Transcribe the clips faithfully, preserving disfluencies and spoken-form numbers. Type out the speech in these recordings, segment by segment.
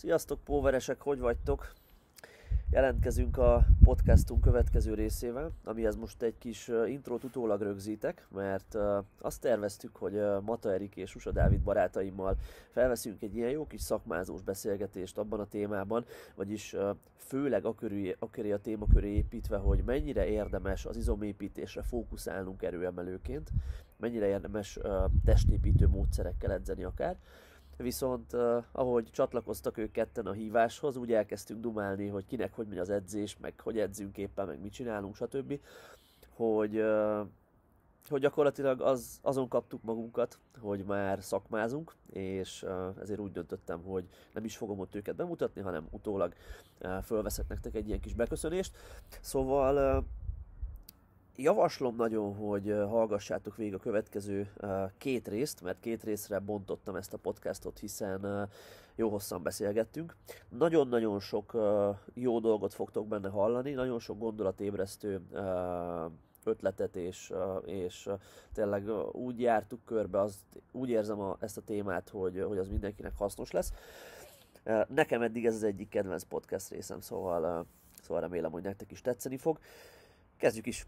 Sziasztok, póveresek, hogy vagytok? Jelentkezünk a podcastunk következő részével, amihez most egy kis intrót utólag rögzítek, mert azt terveztük, hogy Mata Erik és Susa Dávid barátaimmal felveszünk egy ilyen jó kis szakmázós beszélgetést abban a témában, vagyis főleg aköré, aköré a témaköré építve, hogy mennyire érdemes az izomépítésre fókuszálnunk erőemelőként, mennyire érdemes testépítő módszerekkel edzeni akár. Viszont uh, ahogy csatlakoztak ők ketten a híváshoz, úgy elkezdtünk dumálni, hogy kinek hogy megy az edzés, meg hogy edzünk éppen, meg mit csinálunk, stb. Hogy, uh, hogy gyakorlatilag az, azon kaptuk magunkat, hogy már szakmázunk, és uh, ezért úgy döntöttem, hogy nem is fogom ott őket bemutatni, hanem utólag uh, fölveszek nektek egy ilyen kis beköszönést. Szóval uh, javaslom nagyon, hogy hallgassátok végig a következő két részt, mert két részre bontottam ezt a podcastot, hiszen jó hosszan beszélgettünk. Nagyon-nagyon sok jó dolgot fogtok benne hallani, nagyon sok gondolatébresztő ötletet, és, és tényleg úgy jártuk körbe, azt, úgy érzem a, ezt a témát, hogy, hogy az mindenkinek hasznos lesz. Nekem eddig ez az egyik kedvenc podcast részem, szóval, szóval remélem, hogy nektek is tetszeni fog. Kezdjük is!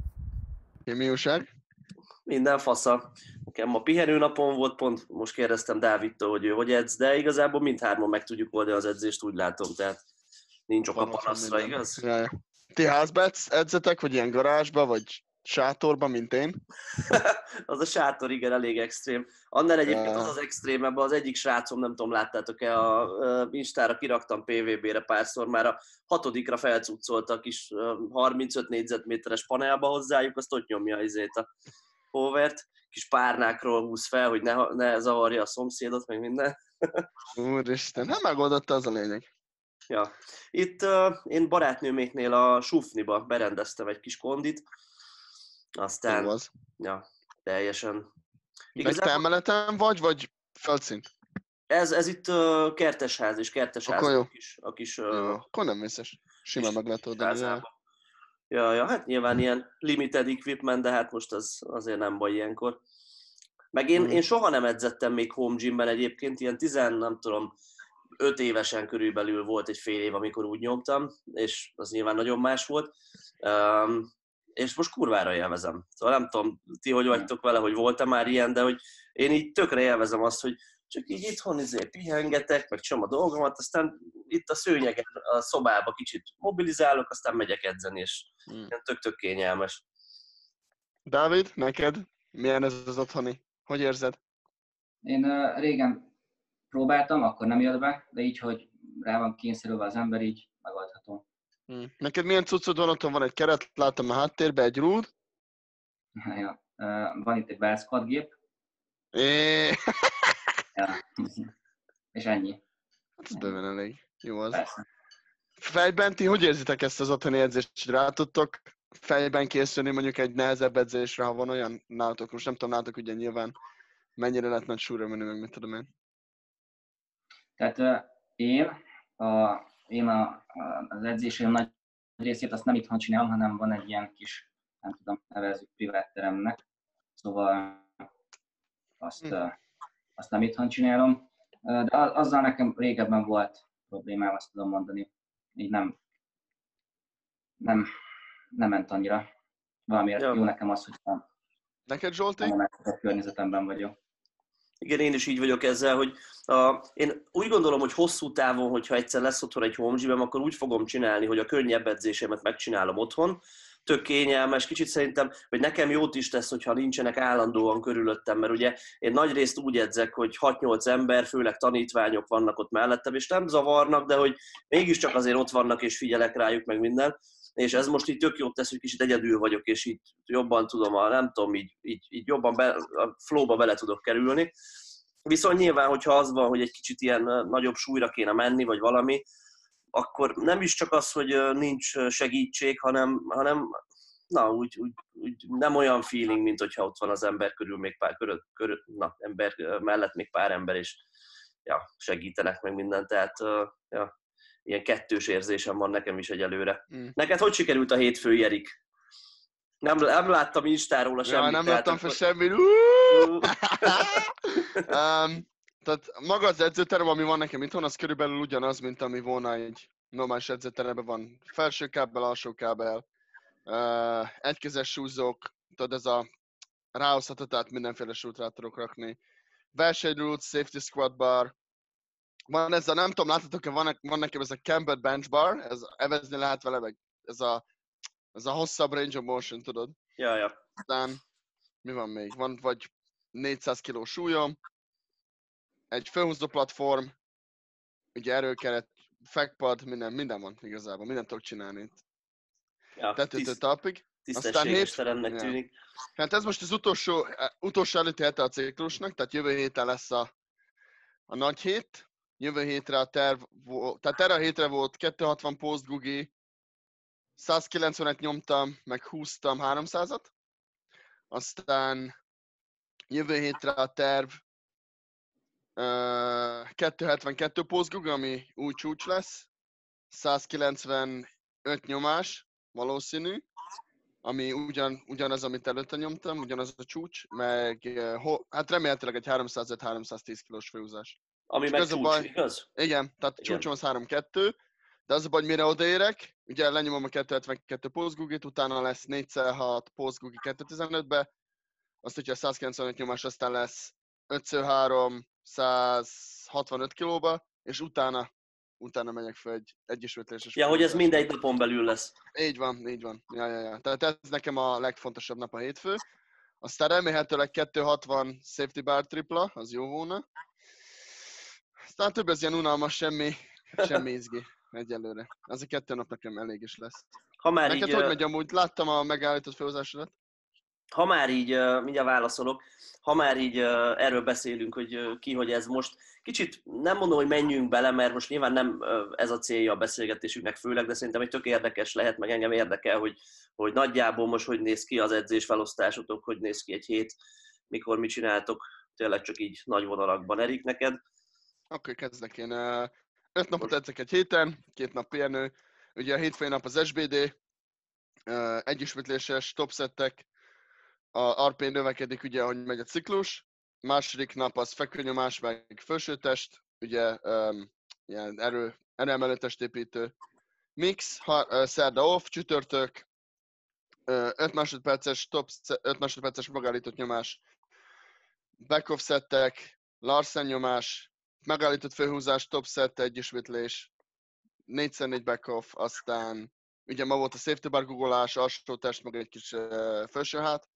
Mi újság? Minden fasza. Nekem ma pihenőnapon volt, pont most kérdeztem Dávidtól, hogy ő hogy edz, de igazából mindhárman meg tudjuk oldani az edzést, úgy látom, tehát nincs ok a panaszra, igaz? Ja, ja. Ti házba edzetek, vagy ilyen garázsba, vagy sátorba, mint én? Az a sátor, igen, elég extrém. Annál egyébként Ja. az az extrém, ebben az egyik srácom, nem tudom, láttátok-e, a uh, Instára kiraktam pé vé bé-re párszor, már a hatodikra felcuccolt a kis uh, harmincöt négyzetméteres panelba hozzájuk, azt ott nyomja izét a hovert, kis párnákról húz fel, hogy ne, ne zavarja a szomszédot, meg minden. Úristen, nem megoldotta, az a lényeg. Ja. Itt uh, én barátnőméknél a Sufniba berendeztem egy kis kondit, aztán, Jó az. ja, teljesen. Meg Igazából... te emeleten vagy, vagy földszint? Ez, ez itt uh, kertesház és kertesház. Akkor jó. A kis, a kis, uh, Jó, akkor nem vészes. Simán meg lehet oldani. Ja. Ja, ja, hát nyilván ilyen limited equipment, de hát most az azért nem baj ilyenkor. Meg én, Hmm. én soha nem edzettem még home gymben egyébként, ilyen tizen, nem tudom, öt évesen körülbelül volt egy fél év, amikor úgy nyomtam, és az nyilván nagyon más volt. Um, és most kurvára élvezem. Szóval nem tudom, ti hogy vagytok vele, hogy volt-e már ilyen, de hogy én így tökre élvezem azt, hogy csak így itthon izé pihengetek, meg csom a dolgomat, aztán itt a szőnyegen, a szobába kicsit mobilizálok, aztán megyek edzeni, és Hmm. tök-tök kényelmes. Dávid, neked milyen ez az otthoni? Hogy érzed? Én uh, régen próbáltam, akkor nem jött be, de így, hogy rá van kényszerülve az ember, így megoldható. Hmm. Neked milyen cuccod van otthon? Van egy keret, látom a háttérben, egy rúd. Ja. Uh, van itt egy belsquat gép, É. ja. És ennyi. Hát ez bőven elég. Jó az. Persze. Fejben ti hogy érzitek ezt az otthoni edzést, hogy rá tudtok fejben készülni mondjuk egy nehezebb edzésre, ha van olyan nálatok? Most nem tudom, nálatok ugye nyilván mennyire lehet nagy súlyra menni, meg mit tudom én. Tehát uh, én, a, én a, a, az edzésem nagy részét azt nem itthon csinálom, hanem van egy ilyen kis, nem tudom, nevezzük privát teremnek. Szóval azt, uh, azt nem itthon csinálom. Uh, de azzal nekem régebben volt problémám, azt tudom mondani. Így nem, nem, nem ment annyira. Valamiért Ja. jó nekem az, hogy nem, Neked, Zsolti? nem a környezetemben vagyok. Igen, én is így vagyok ezzel, hogy a, én úgy gondolom, hogy hosszú távon, hogyha egyszer lesz otthon egy home gym-em, akkor úgy fogom csinálni, hogy a könnyebb edzésemet megcsinálom otthon. Tök kényelmes, kicsit szerintem, hogy nekem jót is tesz, hogyha nincsenek állandóan körülöttem, mert ugye én nagyrészt úgy edzek, hogy hat-nyolc ember, főleg tanítványok vannak ott mellettem, és nem zavarnak, de hogy mégiscsak azért ott vannak, és figyelek rájuk, meg minden. És ez most így tök jót tesz, hogy kicsit egyedül vagyok, és így jobban tudom, a, nem tudom, így, így, így jobban be, a flow-ba bele tudok kerülni. Viszont nyilván, hogyha az van, hogy egy kicsit ilyen nagyobb súlyra kéne menni, vagy valami, akkor nem is csak az, hogy nincs segítség, hanem, hanem na, úgy, úgy, úgy nem olyan feeling, mint hogyha ott van az ember körül még pár, körül, körül, na, ember mellett még pár ember, és ja, segítenek meg mindent, tehát ja, ilyen kettős érzésem van nekem is egyelőre. Mm. Neked hogy sikerült a hétfői, Erik? Nem, nem láttam Instáról a semmit. Ja, nem láttam fel akkor... semmit. um, tehát maga az edzőterem, ami van nekem itthon, az körülbelül ugyanaz, mint ami volna egy normális edzőteremben van. Felső kábel, alsó kábel, uh, egykezes súlyzók, tudod, ez a ráhozható, tehát mindenféle súlyt rá tudok rakni. Versenyrút, safety squat bar. Van ez a, nem tudom, láthatok-e, van, van nekem ez a cambered bench bar, ez evezni lehet vele, meg ez a, ez a hosszabb range of motion, tudod. Ja, ja. Aztán mi van még? Van vagy négyszáz kiló súlyom, egy felhúzó platform, ugye erőkeret, fekpad, minden, minden van igazából, mindent tudok csinálni itt. ja Tetőtől tiszt, talpig. tisztességes hét- teremnek ja. tűnik. Hát ez most az utolsó, utolsó előtti hete a ciklusnak, tehát jövő héten lesz a, a nagy hét. Jövő hétre a terv volt, tehát erre a hétre volt kétszázhatvan post gugi, százkilencvenet nyomtam, meg húztam háromszázat. Aztán jövő hétre a terv uh, kétszázhetvenkettő post gugi, ami új csúcs lesz. százkilencvenöt nyomás, valószínű. Ami ugyan, ugyanaz, amit előtte nyomtam, ugyanaz a csúcs, meg uh, hát remélhetőleg egy háromszázöt-háromszáztíz kilós főhúzás. Ami Csak meg ez a csúcs, baj- igaz? Igen, tehát Igen. csúcsom az három kettő, de az a baj, hogy mire odaérek, ugye lenyomom a kétszázhetvenkettő postgugit, utána lesz négyszázhat postgugi kétszáztizenötbe, azt hogyha százkilencvenöt nyomás, aztán lesz öt három százhatvanöt kilóba, és utána, utána megyek fel egy egyismétléses. Ja, hogy ez főhúzásra. mindegy napon belül lesz. Így van, így van. Ja, ja, ja. Tehát ez nekem a legfontosabb nap a hétfő. Aztán remélhetőleg kétszázhatvan safety bar tripla, az jó volna. Aztán több ez ilyen unalmas, semmi, semmi izgi egyelőre. Az a kettő nap nekem elég is lesz. Ha már Neked így, hogy ö, megy amúgy? Láttam a megállított felhozásodat. ha már így, ö, mindjárt válaszolok, ha már így ö, erről beszélünk, hogy ö, ki, hogy ez most, kicsit nem mondom, hogy menjünk bele, mert most nyilván nem ö, ez a célja a beszélgetésünknek főleg, de szerintem egy tök érdekes lehet, meg engem érdekel, hogy, hogy nagyjából most hogy néz ki az edzés felosztásotok, hogy néz ki egy hét, mikor mit csináltok, tényleg csak így nagy vonalakban. Erik, neked? Akkor kezdek én. Ö, Öt napot edzek egy héten, két nap pihenő. Ugye a hétfői nap az es bé dé, ö, egyismétléses topszettek, a er pé növekedik ugye, ahogy megy a ciklus. Második nap az fekvőnyomás, meg felsőtest, ugye um, ilyen erő, erőemelő testépítő. Mix, ha, uh, szerda off, csütörtök, öt másodperces top, öt másodperces megállított nyomás, back off szettek, Larsen nyomás, megállított főhúzás, top set, egyismétlés, négy négy back off, aztán ugye ma volt a safety bar googolás, alsó test, meg egy kis uh, felsőhát.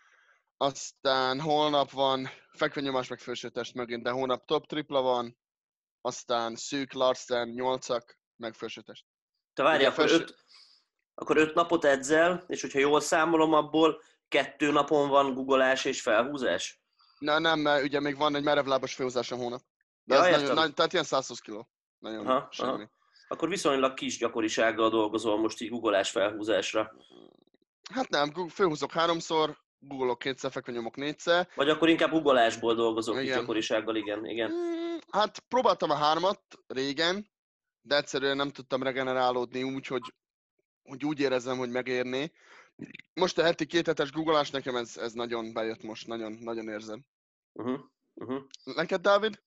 Aztán holnap van fekvőnyomás, meg felsőtest megint, de holnap top tripla van, aztán szűk Larsen nyolcak, meg felsőtest. Te várj, Ugye akkor, felső- öt, akkor öt napot edzel, és hogyha jól számolom, abból kettő napon van googolás és felhúzás? Na nem, mert ugye még van egy merevlábas főhúzásom hónap. De Ja, az értem. nagyon, nagy, tehát ilyen százhúsz kiló. Nagyon Aha, semmi. aha. Akkor viszonylag kis gyakorisággal dolgozol most így googolás felhúzásra. Hát nem, gu- főhúzok háromszor, googolok kétszer, fekvőnyomok négyszer. Vagy akkor inkább googolásból dolgozol kis Igen. gyakorisággal, igen, igen. Mm, hát próbáltam a hármat régen, de egyszerűen nem tudtam regenerálódni úgy, hogy, hogy úgy érezzem, hogy megérné. Most a heti két hetes googolás nekem ez, ez nagyon bejött most, nagyon, nagyon érzem. Uh-huh. Uh-huh. Neked, Dávid?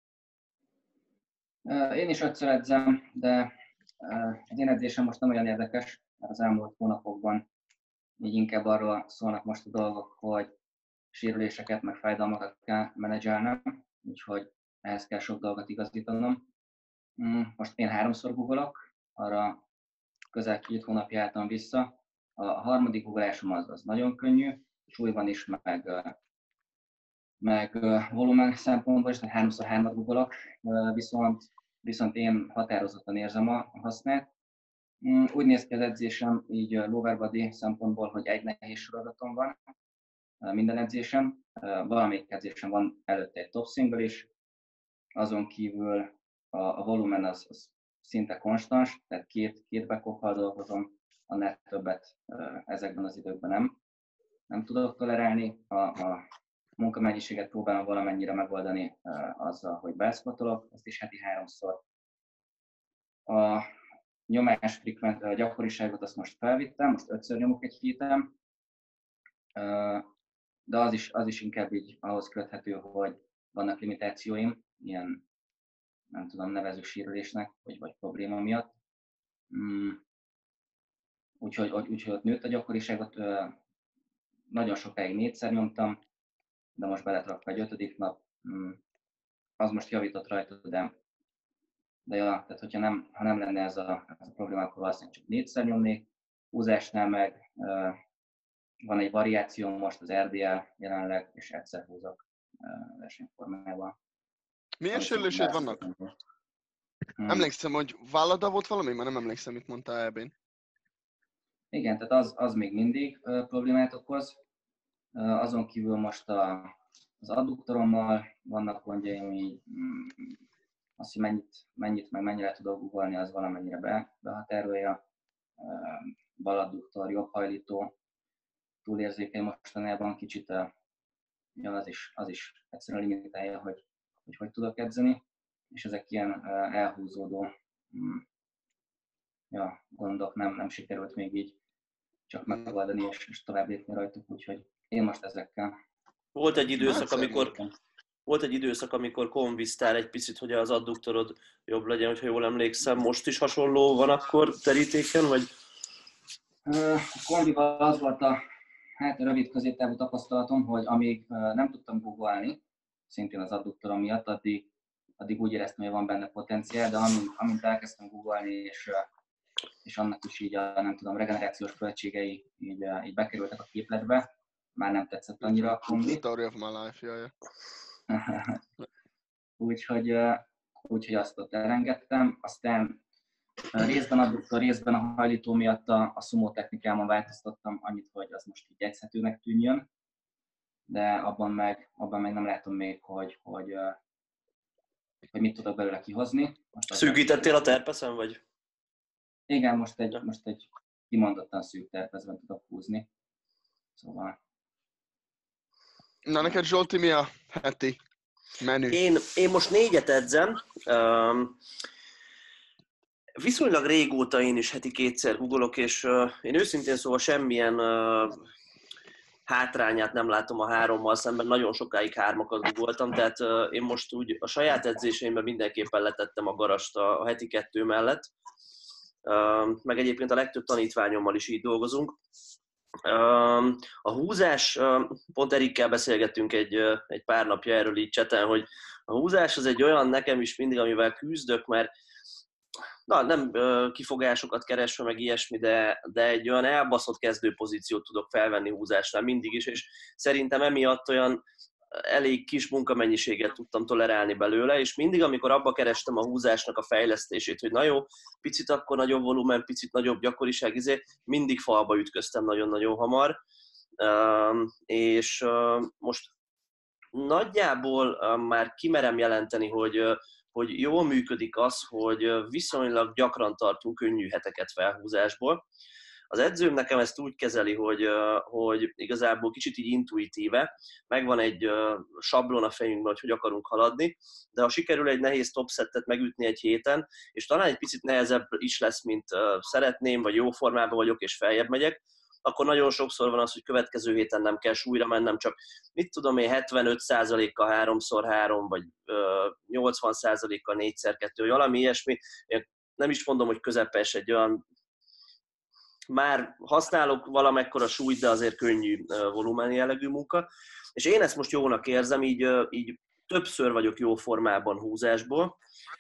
Ö, Én is ötször edzem, de ö, az én edzésem most nem olyan érdekes, mert az elmúlt hónapokban így inkább arról szólnak most a dolgok, hogy sérüléseket, meg fájdalmakat kell menedzselnem, úgyhogy ehhez kell sok dolgot igazítanom. Mm, Most én háromszor googolok, arra közel két hónapja álltam vissza. A harmadik googolásom az, az nagyon könnyű, súlyban is, meg, ö, meg ö, volumen szempontból is, tehát háromszor hármat googolok, Ö, viszont, viszont én határozottan érzem a hasznát. Mm, Úgy néz ki az edzésem így ö, lower body szempontból, hogy egy nehéz sorozatom van ö, minden edzésem. Ö, Valamelyik edzésem van előtte egy top single is, azon kívül a, a volumen az, az szinte konstans, tehát két, két backoffal dolgozom, annál többet ö, ezekben az időkben nem, nem tudok tolerálni. A, a munkamennyiséget próbálom valamennyire megoldani ö, azzal, hogy beszpotolok, azt is heti háromszor. A nyomás frekvent, a gyakoriságot azt most felvittem, most ötször nyomok egy héten, Ö, de az is, az is inkább így ahhoz köthető, hogy vannak limitációim, ilyen, nem tudom, nevezzük sérülésnek, vagy, vagy probléma miatt. Mm. Úgyhogy, úgyhogy ott nőtt a gyakoriságot, nagyon sokáig négyszer nyomtam, de most beletrakva egy ötödik nap, mm. az most javított rajta, de, de ja, tehát hogyha nem, ha nem lenne ez a, ez a probléma, akkor valószínűleg csak négyszer nyomnék. Húzásnál meg van egy variáció most az er dé el jelenleg, és egyszer húzok versenyformában. Milyen sérülésed vannak? Hmm. Emlékszem, hogy vállada volt valami? Már nem emlékszem, mit mondtál ebben. Igen, tehát az, az még mindig uh, problémát okoz. Uh, azon kívül most a, az adduktorommal vannak gondjaim, így mm, azt, hogy mennyit, mennyit meg mennyire tudok googolni, az valamennyire be, behatárolja. Uh, bal adduktor, jobb hajlító, túlérzékeny mostanában kicsit, uh, ja, az, is, az is egyszerűen limitálja, hogy hogy, hogy tudok edzeni, és ezek ilyen uh, elhúzódó mm, ja, gondok, nem, nem sikerült még így csak megoldani és, és tovább lépni rajtuk, úgyhogy én most ezekkel. Volt egy időszak, amikor, volt egy időszak, amikor konvisztál egy picit, hogy az adduktorod jobb legyen, hogyha jól emlékszem. Most is hasonló van akkor terítéken, vagy? Uh, a konvival az volt a, hát a rövid középtávú tapasztalatom, hogy amíg uh, nem tudtam googolni, szintén az adduktorom miatt, addig, addig úgy éreztem, hogy van benne potenciál, de amint, amint elkezdtem googolni, és, és annak is így a, nem tudom, regenerációs költségei így, így bekerültek a képletbe, már nem tetszett annyira a kombi. Story of my life, jaj. Úgyhogy, úgyhogy azt ott elengedtem, aztán részben adduktor, részben a hajlító miatt a, a sumo technikámon változtattam annyit, hogy az most így edzhetőnek tűnjön, de abban meg, abban meg nem látom még, hogy, hogy, hogy mit tudok belőle kihozni. Szűkítettél a terpeszen, vagy? Igen, most egy, most egy kimondottan szűk terpezben tudok húzni. Szóval... Na neked, Zsolti, mi a heti menü? Én, én most négyet edzem. Um, viszonylag régóta én is heti kétszer googolok, és uh, én őszintén szóval semmilyen uh, hátrányát nem látom a hárommal szemben, nagyon sokáig hármakat googoltam, tehát uh, én most úgy a saját edzéseimben mindenképpen letettem a garast a, a heti kettő mellett, uh, meg egyébként a legtöbb tanítványommal is így dolgozunk. Uh, a húzás, uh, pont Erikkel beszélgettünk egy, uh, egy pár napja erről így cseten, hogy a húzás az egy olyan nekem is mindig, amivel küzdök, mert na, nem uh, kifogásokat keresve, meg ilyesmi, de, de egy olyan elbaszott kezdőpozíciót tudok felvenni húzásnál mindig is, és szerintem emiatt olyan elég kis munkamennyiséget tudtam tolerálni belőle, és mindig, amikor abba kerestem a húzásnak a fejlesztését, hogy na jó, picit akkor nagyobb volumen, picit nagyobb gyakoriság, izé, mindig falba ütköztem nagyon-nagyon hamar, uh, és uh, most nagyjából uh, már kimerem jelenteni, hogy uh, hogy jól működik az, hogy viszonylag gyakran tartunk könnyű heteket felhúzásból. Az edzőm nekem ezt úgy kezeli, hogy, hogy igazából kicsit így intuitíve, megvan egy sablon a fejünkben, hogy hogy akarunk haladni, de ha sikerül egy nehéz topsettet megütni egy héten, és talán egy picit nehezebb is lesz, mint szeretném, vagy jó formában vagyok, és feljebb megyek, akkor nagyon sokszor van az, hogy következő héten nem kell súlyra mennem, csak mit tudom én, hetvenöt százalékkal háromszor három, vagy nyolcvan százalékkal négyszer kettő, vagy valami ilyesmi. Én nem is mondom, hogy közepes, egy olyan, már használok valamekkora súlyt, de azért könnyű volumeni jellegű munka. És én ezt most jónak érzem, így, így többször vagyok jó formában húzásból.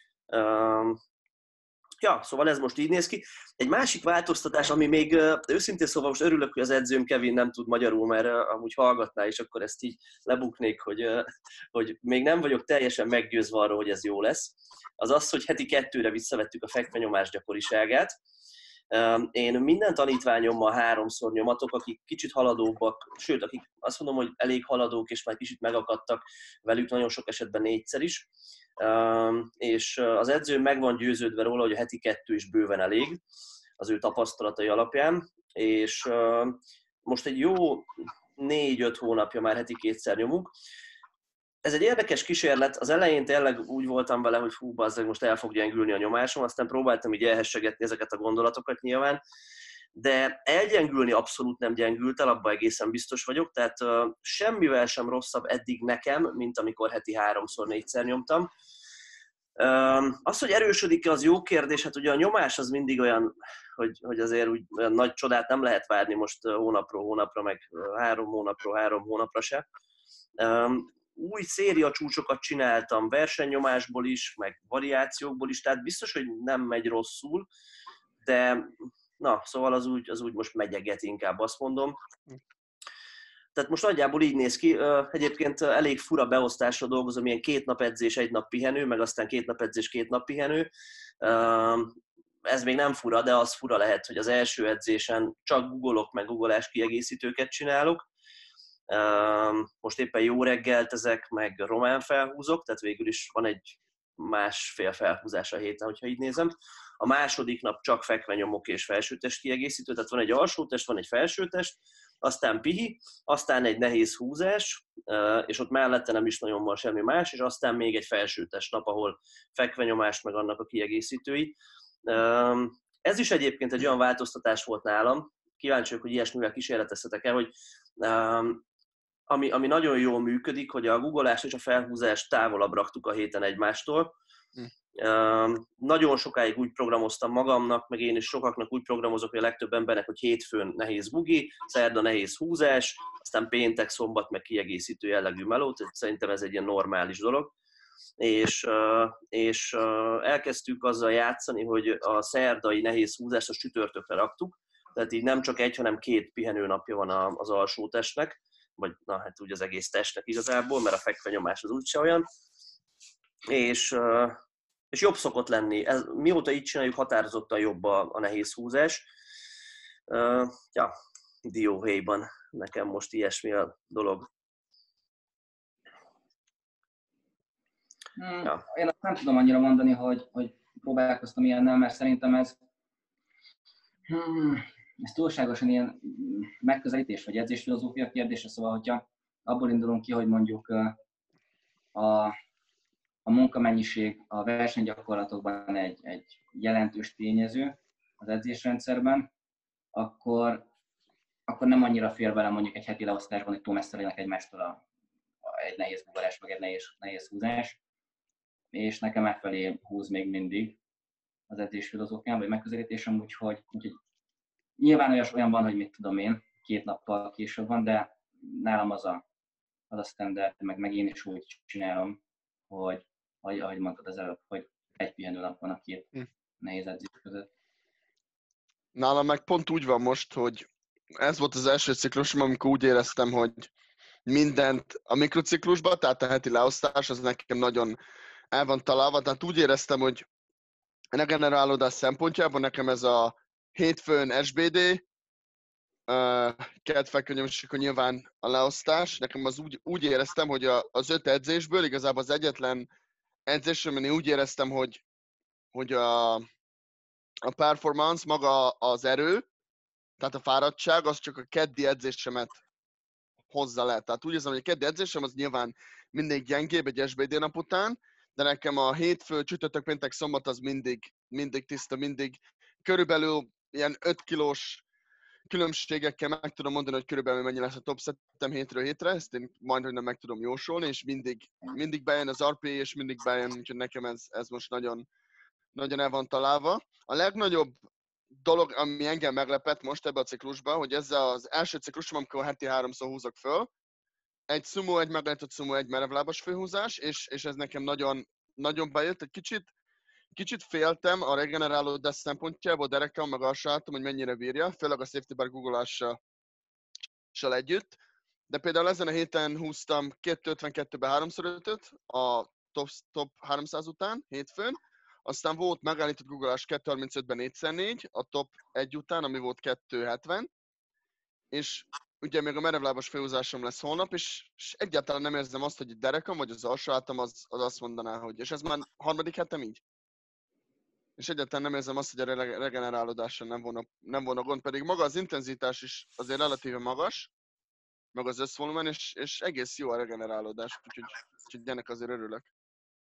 Ja, szóval ez most így néz ki. Egy másik változtatás, ami még őszintén szóval most örülök, hogy az edzőm Kevin nem tud magyarul, mert amúgy hallgatná, és akkor ezt így lebuknék, hogy, hogy még nem vagyok teljesen meggyőzve arról, hogy ez jó lesz. Az az, hogy heti kettőre visszavettük a fekvenyomás gyakoriságát. Én minden tanítványommal háromszor nyomatok, akik kicsit haladóbbak, sőt, akik azt mondom, hogy elég haladók, és már kicsit megakadtak velük, nagyon sok esetben négyszer is. Uh, és az edző meg van győződve róla, hogy a heti kettő is bőven elég az ő tapasztalatai alapján, és uh, most egy jó négy-öt hónapja már heti kétszer nyomunk. Ez egy érdekes kísérlet, az elején tényleg úgy voltam vele, hogy fú, bazzeg, most el fog gyengülni a nyomásom, aztán próbáltam így elhessegetni ezeket a gondolatokat nyilván, de elgyengülni abszolút nem gyengült el, abban egészen biztos vagyok, tehát uh, semmivel sem rosszabb eddig nekem, mint amikor heti háromszor, négyszer nyomtam. Um, az, hogy erősödik-e, az jó kérdés, hát ugye a nyomás az mindig olyan, hogy, hogy azért úgy olyan nagy csodát nem lehet várni most hónapról hónapra, meg három hónapról három hónapra se. Um, új széria csúcsokat csináltam versenynyomásból is, meg variációkból is, tehát biztos, hogy nem megy rosszul, de na, szóval az úgy, az úgy most megyeget, inkább azt mondom. Tehát most nagyjából így néz ki. Egyébként elég fura beosztásra dolgozom, ilyen két nap edzés, egy nap pihenő, meg aztán két nap edzés, két nap pihenő. Ez még nem fura, de az fura lehet, hogy az első edzésen csak googolok, meg googolás kiegészítőket csinálok. Most éppen jó reggelt ezek, meg román felhúzok, tehát végül is van egy másfél felhúzás a héten, hogyha így nézem. A második nap csak fekvenyomok és felsőtest kiegészítő, tehát van egy alsótest, van egy felsőtest, aztán pihi, aztán egy nehéz húzás, és ott mellette nem is nagyon van semmi más, és aztán még egy felsőtest nap, ahol fekvenyomás, meg annak a kiegészítői. Ez is egyébként egy olyan változtatás volt nálam, kíváncsi vagyok, hogy ilyesmivel kísérleteztetek el, hogy ami, ami nagyon jól működik, hogy a googleást és a felhúzást távolabb raktuk a héten egymástól. Hm. Uh, nagyon sokáig úgy programoztam magamnak, meg én is sokaknak úgy programozok, hogy a legtöbb embernek, hogy hétfőn nehéz bugi, szerda nehéz húzás, aztán péntek, szombat meg kiegészítő jellegű meló, tehát szerintem ez egy ilyen normális dolog. És, uh, és uh, elkezdtük azzal játszani, hogy a szerdai nehéz húzást a csütörtökre raktuk, tehát így nem csak egy, hanem két pihenőnapja van az alsó testnek, vagy na hát úgy az egész testnek igazából, mert a fekvenyomás az úgyse olyan. És, uh, és jobb szokott lenni. Ez, mióta így csináljuk, határozottan jobb a, a nehéz húzás. Uh, ja, dióhéjban nekem most ilyesmi a dolog. Hmm, ja. Én azt nem tudom annyira mondani, hogy, hogy próbálkoztam ilyennel, mert szerintem ez, hmm, ez túlságosan ilyen megközelítés vagy edzésfilozófia kérdése, szóval hogyha abból indulunk ki, hogy mondjuk a A munkamennyiség a versenygyakorlatokban egy, egy jelentős tényező az edzésrendszerben, akkor, akkor nem annyira fér bele mondjuk egy heti leosztásban, hogy túl messze legyenek egymástól a, a, egy nehéz googolás, vagy egy nehéz, nehéz húzás. És nekem e felé húz még mindig az edzésfilozófiám, vagy megközelítésem, úgyhogy, úgyhogy nyilván olyas, olyan van, hogy mit tudom én, két nappal később van, de nálam az a, az a standard, meg, meg én is úgy csinálom, hogy Ahogy, ahogy mondtad az előbb, hogy egy pihenő nap van a két hm. nehéz edzés között. Nálam meg pont úgy van most, hogy ez volt az első ciklusom, amikor úgy éreztem, hogy mindent a mikrociklusban, tehát a heti leosztás, az nekem nagyon el van találva. Tehát úgy éreztem, hogy regenerálódás szempontjából nekem ez a hétfőn es bé dé, uh, kedfekkönyöm, és akkor nyilván a leosztás. Nekem az úgy, úgy éreztem, hogy a, az öt edzésből igazából az egyetlen edzésről, én úgy éreztem, hogy, hogy a, a performance, maga az erő, tehát a fáradtság, az csak a keddi edzésemet hozza le. Tehát úgy érzem, hogy a keddi edzésem az nyilván mindig gyengébb egy es bé dé nap után, de nekem a hétfő, csütörtök, péntek, szombat az mindig, mindig tiszta, mindig körülbelül ilyen öt kilós különbségekkel meg tudom mondani, hogy körülbelül mennyi lesz a top settem hétről hétre, ezt én majdnem nem meg tudom jósolni, és mindig, mindig bejön az er pé, és mindig bejön, úgyhogy nekem ez, ez most nagyon, nagyon el van találva. A legnagyobb dolog, ami engem meglepett most ebbe a ciklusban, hogy ez az első ciklusom, amikor heti háromszor húzok föl, egy sumo, egy megállított sumo, egy merevlábas főhúzás, és, és ez nekem nagyon, nagyon bejött. Egy kicsit, kicsit féltem a regenerálódás szempontjából, derekkel meg azt láttam, hogy mennyire bírja, főleg a safety bar googolással együtt. De például ezen a héten húztam kétszázötvenkettőben háromszor ötöt a top, top háromszáz után, hétfőn. Aztán volt megállított googolás kétszázharmincötben négyszer négy, a top egy után, ami volt kétszázhetven. És ugye még a merevlábas főhúzásom lesz holnap, és, és egyáltalán nem érzem azt, hogy a derekam vagy az alsó hátam az, az azt mondaná, hogy... És ez már harmadik hetem így. És egyáltalán nem érzem azt, hogy a regenerálódással nem volna, nem volna gond, pedig maga az intenzitás is azért relatíve magas, meg az összvolumen, és, és egész jó a regenerálódás, úgyhogy, úgyhogy ennek azért örülök.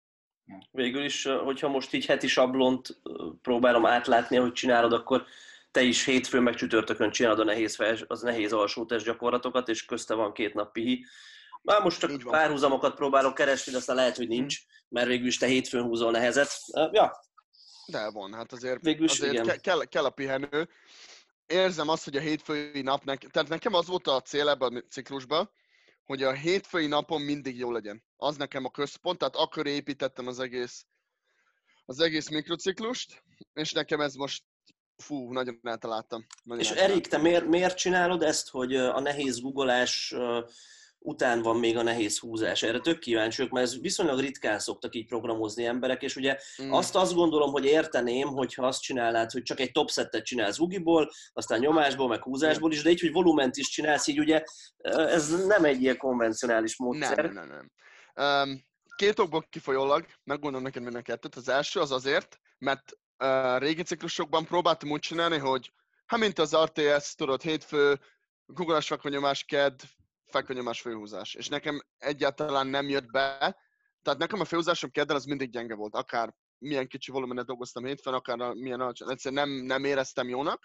Végül is, hogyha most így heti sablont próbálom átlátni, ahogy csinálod, akkor te is hétfőn meg csütörtökön csinálod a nehéz, fels, az nehéz alsó testgyakorlatokat, és közte van két nap pihi. Már most csak párhuzamokat próbálok keresni, de aztán lehet, hogy nincs, mert végül is te hétfőn húzol nehezet. Ja. De van, hát azért, Végülis, azért ke- kell, kell a pihenő. Érzem azt, hogy a hétfői nap, ne- tehát nekem az volt a cél ebben a ciklusban, hogy a hétfői napon mindig jó legyen. Az nekem a központ, tehát akkor építettem az egész, az egész mikrociklust, és nekem ez most, fú, nagyon eltaláltam. Nagyon És eltaláltam. Erik, te miért, miért csinálod ezt, hogy a nehéz googolás után van még a nehéz húzás? Erre tök kíváncsiak, mert ez viszonylag ritkán szoktak így programozni emberek, és ugye mm. azt azt gondolom, hogy érteném, hogyha azt csinálnád, hogy csak egy topsettet csinálsz hugiból, aztán nyomásból, meg húzásból is, de így, hogy volument is csinálsz, így ugye ez nem egy ilyen konvencionális módszer. Nem, nem, nem. nem. Um, két okból kifolyólag, megmondom neked mind a kettőt. Az első az azért, mert uh, régi ciklusokban próbáltam úgy csinálni, hogy hát mint az er té es, tudod, hétfő, googolás, fekvőnyomás, kedd, fekvőnyomás, főhúzás. És nekem egyáltalán nem jött be. Tehát nekem a főhúzásom keddel az mindig gyenge volt. Akár milyen kicsi volumenet dolgoztam hétfőn, akár milyen alacsony. Egyszerűen nem, nem éreztem jónak.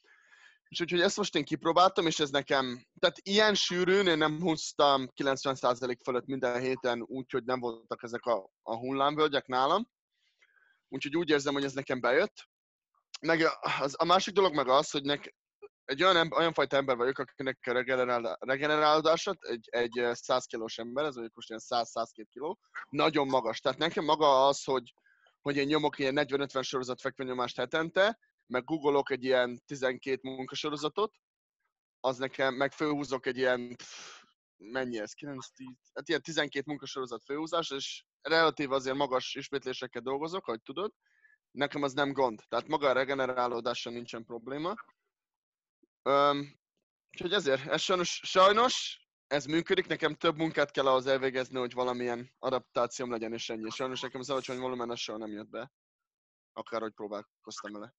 És úgyhogy ezt most én kipróbáltam, és ez nekem, tehát ilyen sűrűn én nem húztam kilencven százalék fölött minden héten, úgyhogy nem voltak ezek a, a hullámvölgyek nálam. Úgyhogy úgy érzem, hogy ez nekem bejött. Meg az, a másik dolog meg az, hogy nek, egy olyan, ember, olyan fajta ember vagyok, akinek a regenerál, regenerálódását, egy, egy száz kilós ember, ez mondjuk most ilyen száz-százkettő kiló, nagyon magas. Tehát nekem maga az, hogy, hogy én nyomok ilyen negyven-ötven sorozat fekvőnyomást hetente, meg googolok egy ilyen tizenkét munkasorozatot, az nekem, meg főhúzok egy ilyen, pff, mennyi ez, kilenc-tíz, hát ilyen tizenkét munkasorozat főhúzás, és relatív azért magas ismétlésekkel dolgozok, ahogy tudod, nekem az nem gond, tehát maga a regenerálódással nincsen probléma. Öm, úgyhogy ezért, ez sajnos, sajnos ez működik, nekem több munkát kell ahhoz elvégezni, hogy valamilyen adaptációm legyen, és ennyi. Sajnos nekem az alacsony volumenes soha nem jött be, akárhogy próbálkoztam vele.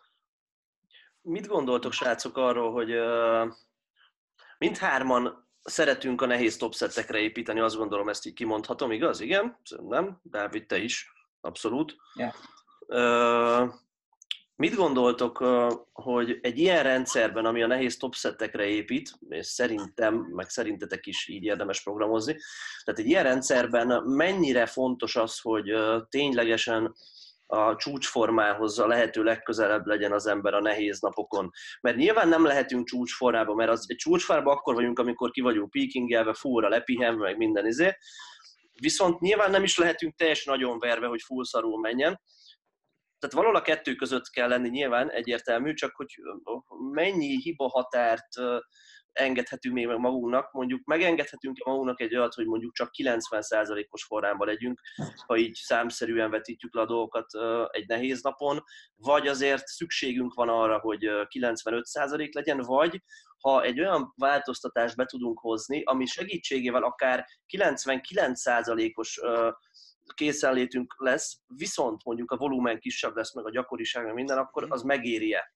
Mit gondoltok, srácok, arról, hogy uh, mindhárman szeretünk a nehéz topsettekre építeni, azt gondolom, ezt így kimondhatom, igaz? Igen? Nem? Dávid, te is. Abszolút. Yeah. Uh, mit gondoltok, uh, hogy egy ilyen rendszerben, ami a nehéz topsettekre épít, és szerintem, meg szerintetek is így érdemes programozni, tehát egy ilyen rendszerben mennyire fontos az, hogy uh, ténylegesen a csúcsformához a lehető legközelebb legyen az ember a nehéz napokon. Mert nyilván nem lehetünk csúcsformában, mert az, egy csúcsformában akkor vagyunk, amikor ki vagyunk peakingelve, fúra lepihenve, meg minden izé. Viszont nyilván nem is lehetünk teljesen nagyon verve, hogy full szarul menjen. Tehát valahol a kettő között kell lenni nyilván, egyértelmű, csak hogy mennyi hibahatárt engedhetünk még meg magunknak, mondjuk megengedhetünk magunknak egy olyat, hogy mondjuk csak kilencven százalékos formában legyünk, ha így számszerűen vetítjük le a dolgokat egy nehéz napon, vagy azért szükségünk van arra, hogy kilencvenöt százalék legyen, vagy ha egy olyan változtatást be tudunk hozni, ami segítségével akár kilencvenkilenc százalékos készenlétünk lesz, viszont mondjuk a volumen kisebb lesz, meg a gyakoriság, meg minden, akkor az megéri-e?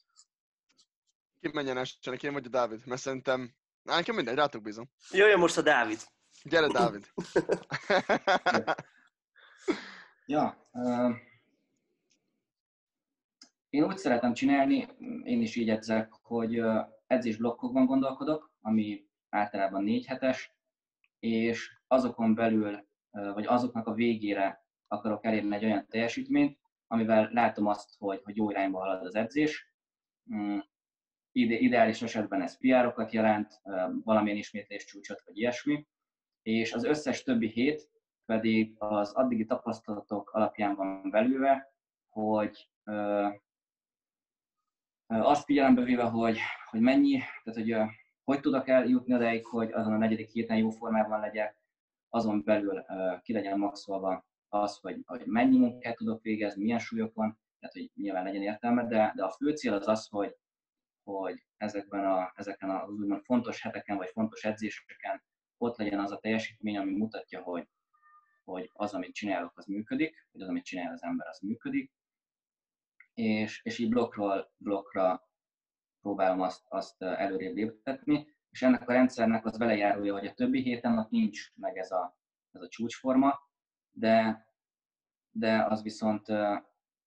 Ki menjen elsőnek, én vagy a Dávid? Mert szerintem... Á, nekem mindegy, rátok bízom. Jöjjön most a Dávid. Gyere, Dávid. Ja, uh, én úgy szeretem csinálni, én is így edzek, hogy uh, edzésblokkokban gondolkodok, ami általában négy hetes, és azokon belül, uh, vagy azoknak a végére akarok elérni egy olyan teljesítményt, amivel látom azt, hogy, hogy jó irányba halad az edzés. Um, ide, ideális esetben ez pé er-okat jelent, uh, valamilyen ismétlés csúcsot, vagy ilyesmi, és az összes többi hét pedig az addigi tapasztalatok alapján van belőle, hogy ö, azt figyelembe véve, hogy, hogy mennyi, tehát hogy ö, hogy tudok eljutni odáig, hogy azon a negyedik héten jó formában legyek, azon belül ö, ki legyen maxolva az, hogy, hogy mennyi munkát tudok végezni, milyen súlyokon, tehát hogy nyilván legyen értelme, de, de a fő cél az az, hogy, hogy ezekben a, ezeken az úgymond fontos heteken vagy fontos edzéseken ott legyen az a teljesítmény, ami mutatja, hogy, hogy az, amit csinálok, az működik, hogy az, amit csinál az ember, az működik, és, és így blokkról blokkra próbálom azt, azt előrébb léptetni, és ennek a rendszernek az velejárója, hogy a többi héten ott nincs meg ez a, ez a csúcsforma, de, de az viszont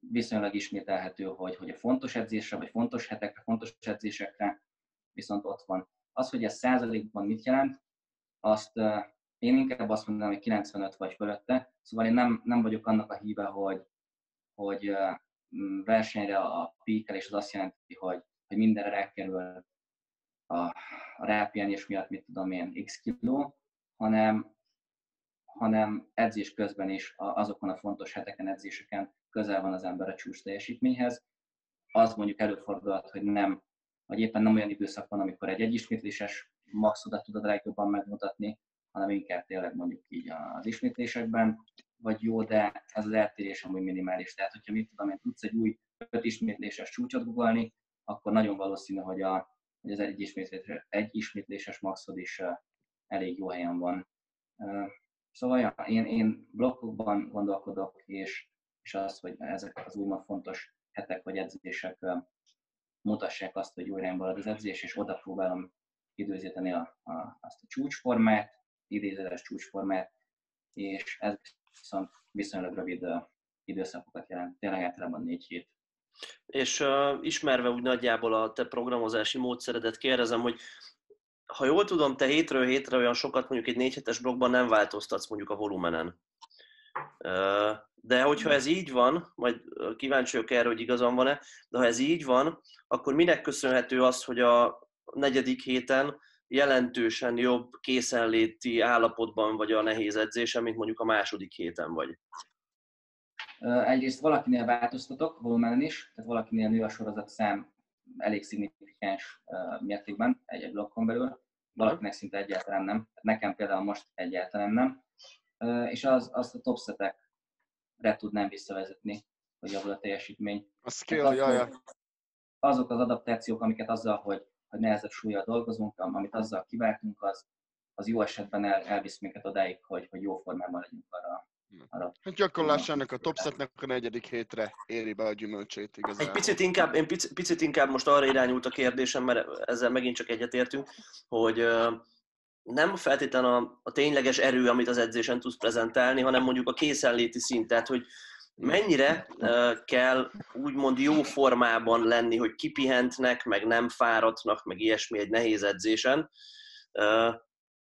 viszonylag ismételhető, hogy, hogy a fontos edzésre, vagy fontos hetekre, fontos edzésekre viszont ott van. Az, hogy ez százalékban mit jelent, azt én inkább azt mondanám, hogy kilencvenöt vagy fölötte, szóval én nem, nem vagyok annak a híve, hogy, hogy versenyre a peakelés az azt jelenti, hogy, hogy mindenre rákerül a, a rápihenés miatt, mit tudom én, x kiló, hanem, hanem edzés közben is azokon a fontos heteken, edzéseken közel van az ember a csúcs teljesítményhez. Az mondjuk előfordulhat, hogy nem, vagy éppen nem olyan időszak van, amikor egy egyismétléses maxodat tudod legjobban megmutatni, hanem inkább tényleg mondjuk így az ismétlésekben, vagy jó, de ez az eltérés amúgy minimális. Tehát, hogyha mit tudom én, tudsz egy új öt ismétléses csúcsot googolni, akkor nagyon valószínű, hogy, a, hogy az egy ismétléses, egy ismétléses maxod is uh, elég jó helyen van. Uh, szóval ja, én, én blokkokban gondolkodok, és, és az, hogy ezek az úgymond fontos hetek vagy edzések uh, mutassák azt, hogy jó irányba halad az edzés, és oda próbálom időzíteni a, a, azt a csúcsformát, idézetes csúcsformát, és ez viszont viszonylag rövid uh, időszakokat jelent, tényleg általában négy hét. És uh, ismerve úgy nagyjából a te programozási módszeredet kérdezem, hogy ha jól tudom, te hétről hétre olyan sokat mondjuk egy négy hetes blokkban nem változtatsz mondjuk a volumenen. Uh, de hogyha ez így van, majd kíváncsi vagyok erre, hogy igazam van-e, de ha ez így van, akkor minek köszönhető az, hogy a negyedik héten jelentősen jobb készenléti állapotban vagy a nehéz edzésen, mint mondjuk a második héten vagy? Egyrészt valakinél változtatok volumenen is, tehát valakinél nő a sorozatszám elég szignifikáns mértékben egy-egy blokkon belül, valakinek szinte egyáltalán nem. Nekem például most egyáltalán nem. És az, azt a topsetekre tudnám visszavezetni, hogy javul a teljesítmény. A skill, jaj, azok az adaptációk, amiket azzal, hogy, hogy nehezebb súllyal dolgozunk, amit azzal kiváltunk, az, az jó esetben el, elvisz minket odáig, hogy, hogy jó formában legyünk arra. arra. Hát gyakorlásának a topsetnek a negyedik hétre éri be a gyümölcsét igazán. Egy picit inkább, én picit, picit inkább most arra irányult a kérdésem, mert ezzel megint csak egyetértünk, hogy nem feltétlenül a, a tényleges erő, amit az edzésen tudsz prezentálni, hanem mondjuk a készenléti szint, tehát hogy mennyire uh, kell úgymond jó formában lenni, hogy kipihentnek, meg nem fáradtnak, meg ilyesmi egy nehéz edzésen. Uh,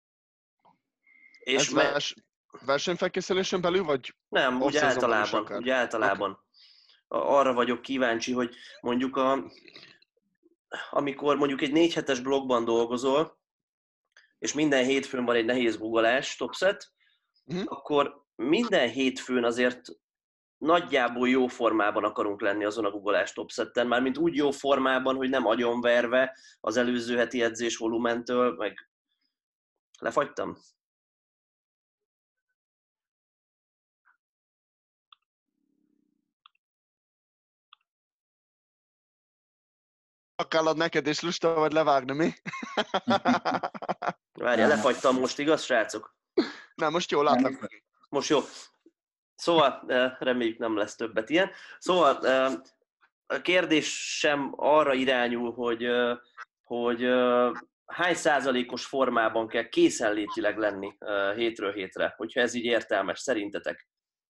és Ez me- vers- versenyfelkészülésen belül, vagy? Nem, úgy általában, úgy általában. Okay. Arra vagyok kíváncsi, hogy mondjuk a, amikor mondjuk egy négy hetes blokkban dolgozol, és minden hétfőn van egy nehéz googolás, topset, uh-huh. akkor minden hétfőn azért nagyjából jó formában akarunk lenni azon a googolás topsetten, mármint úgy jó formában, hogy nem agyonverve az előző heti edzés volumentől, meg lefagytam. Akálod neked, és lusta vagy levágni, mi? Várjál, lefagytam most, igaz, srácok? Nem, most jól látlak. Most jó. Szóval reméljük nem lesz többet ilyen. Szóval a kérdés sem arra irányul, hogy, hogy hány százalékos formában kell készenlétileg lenni hétről hétre, hogyha ez így értelmes, szerintetek?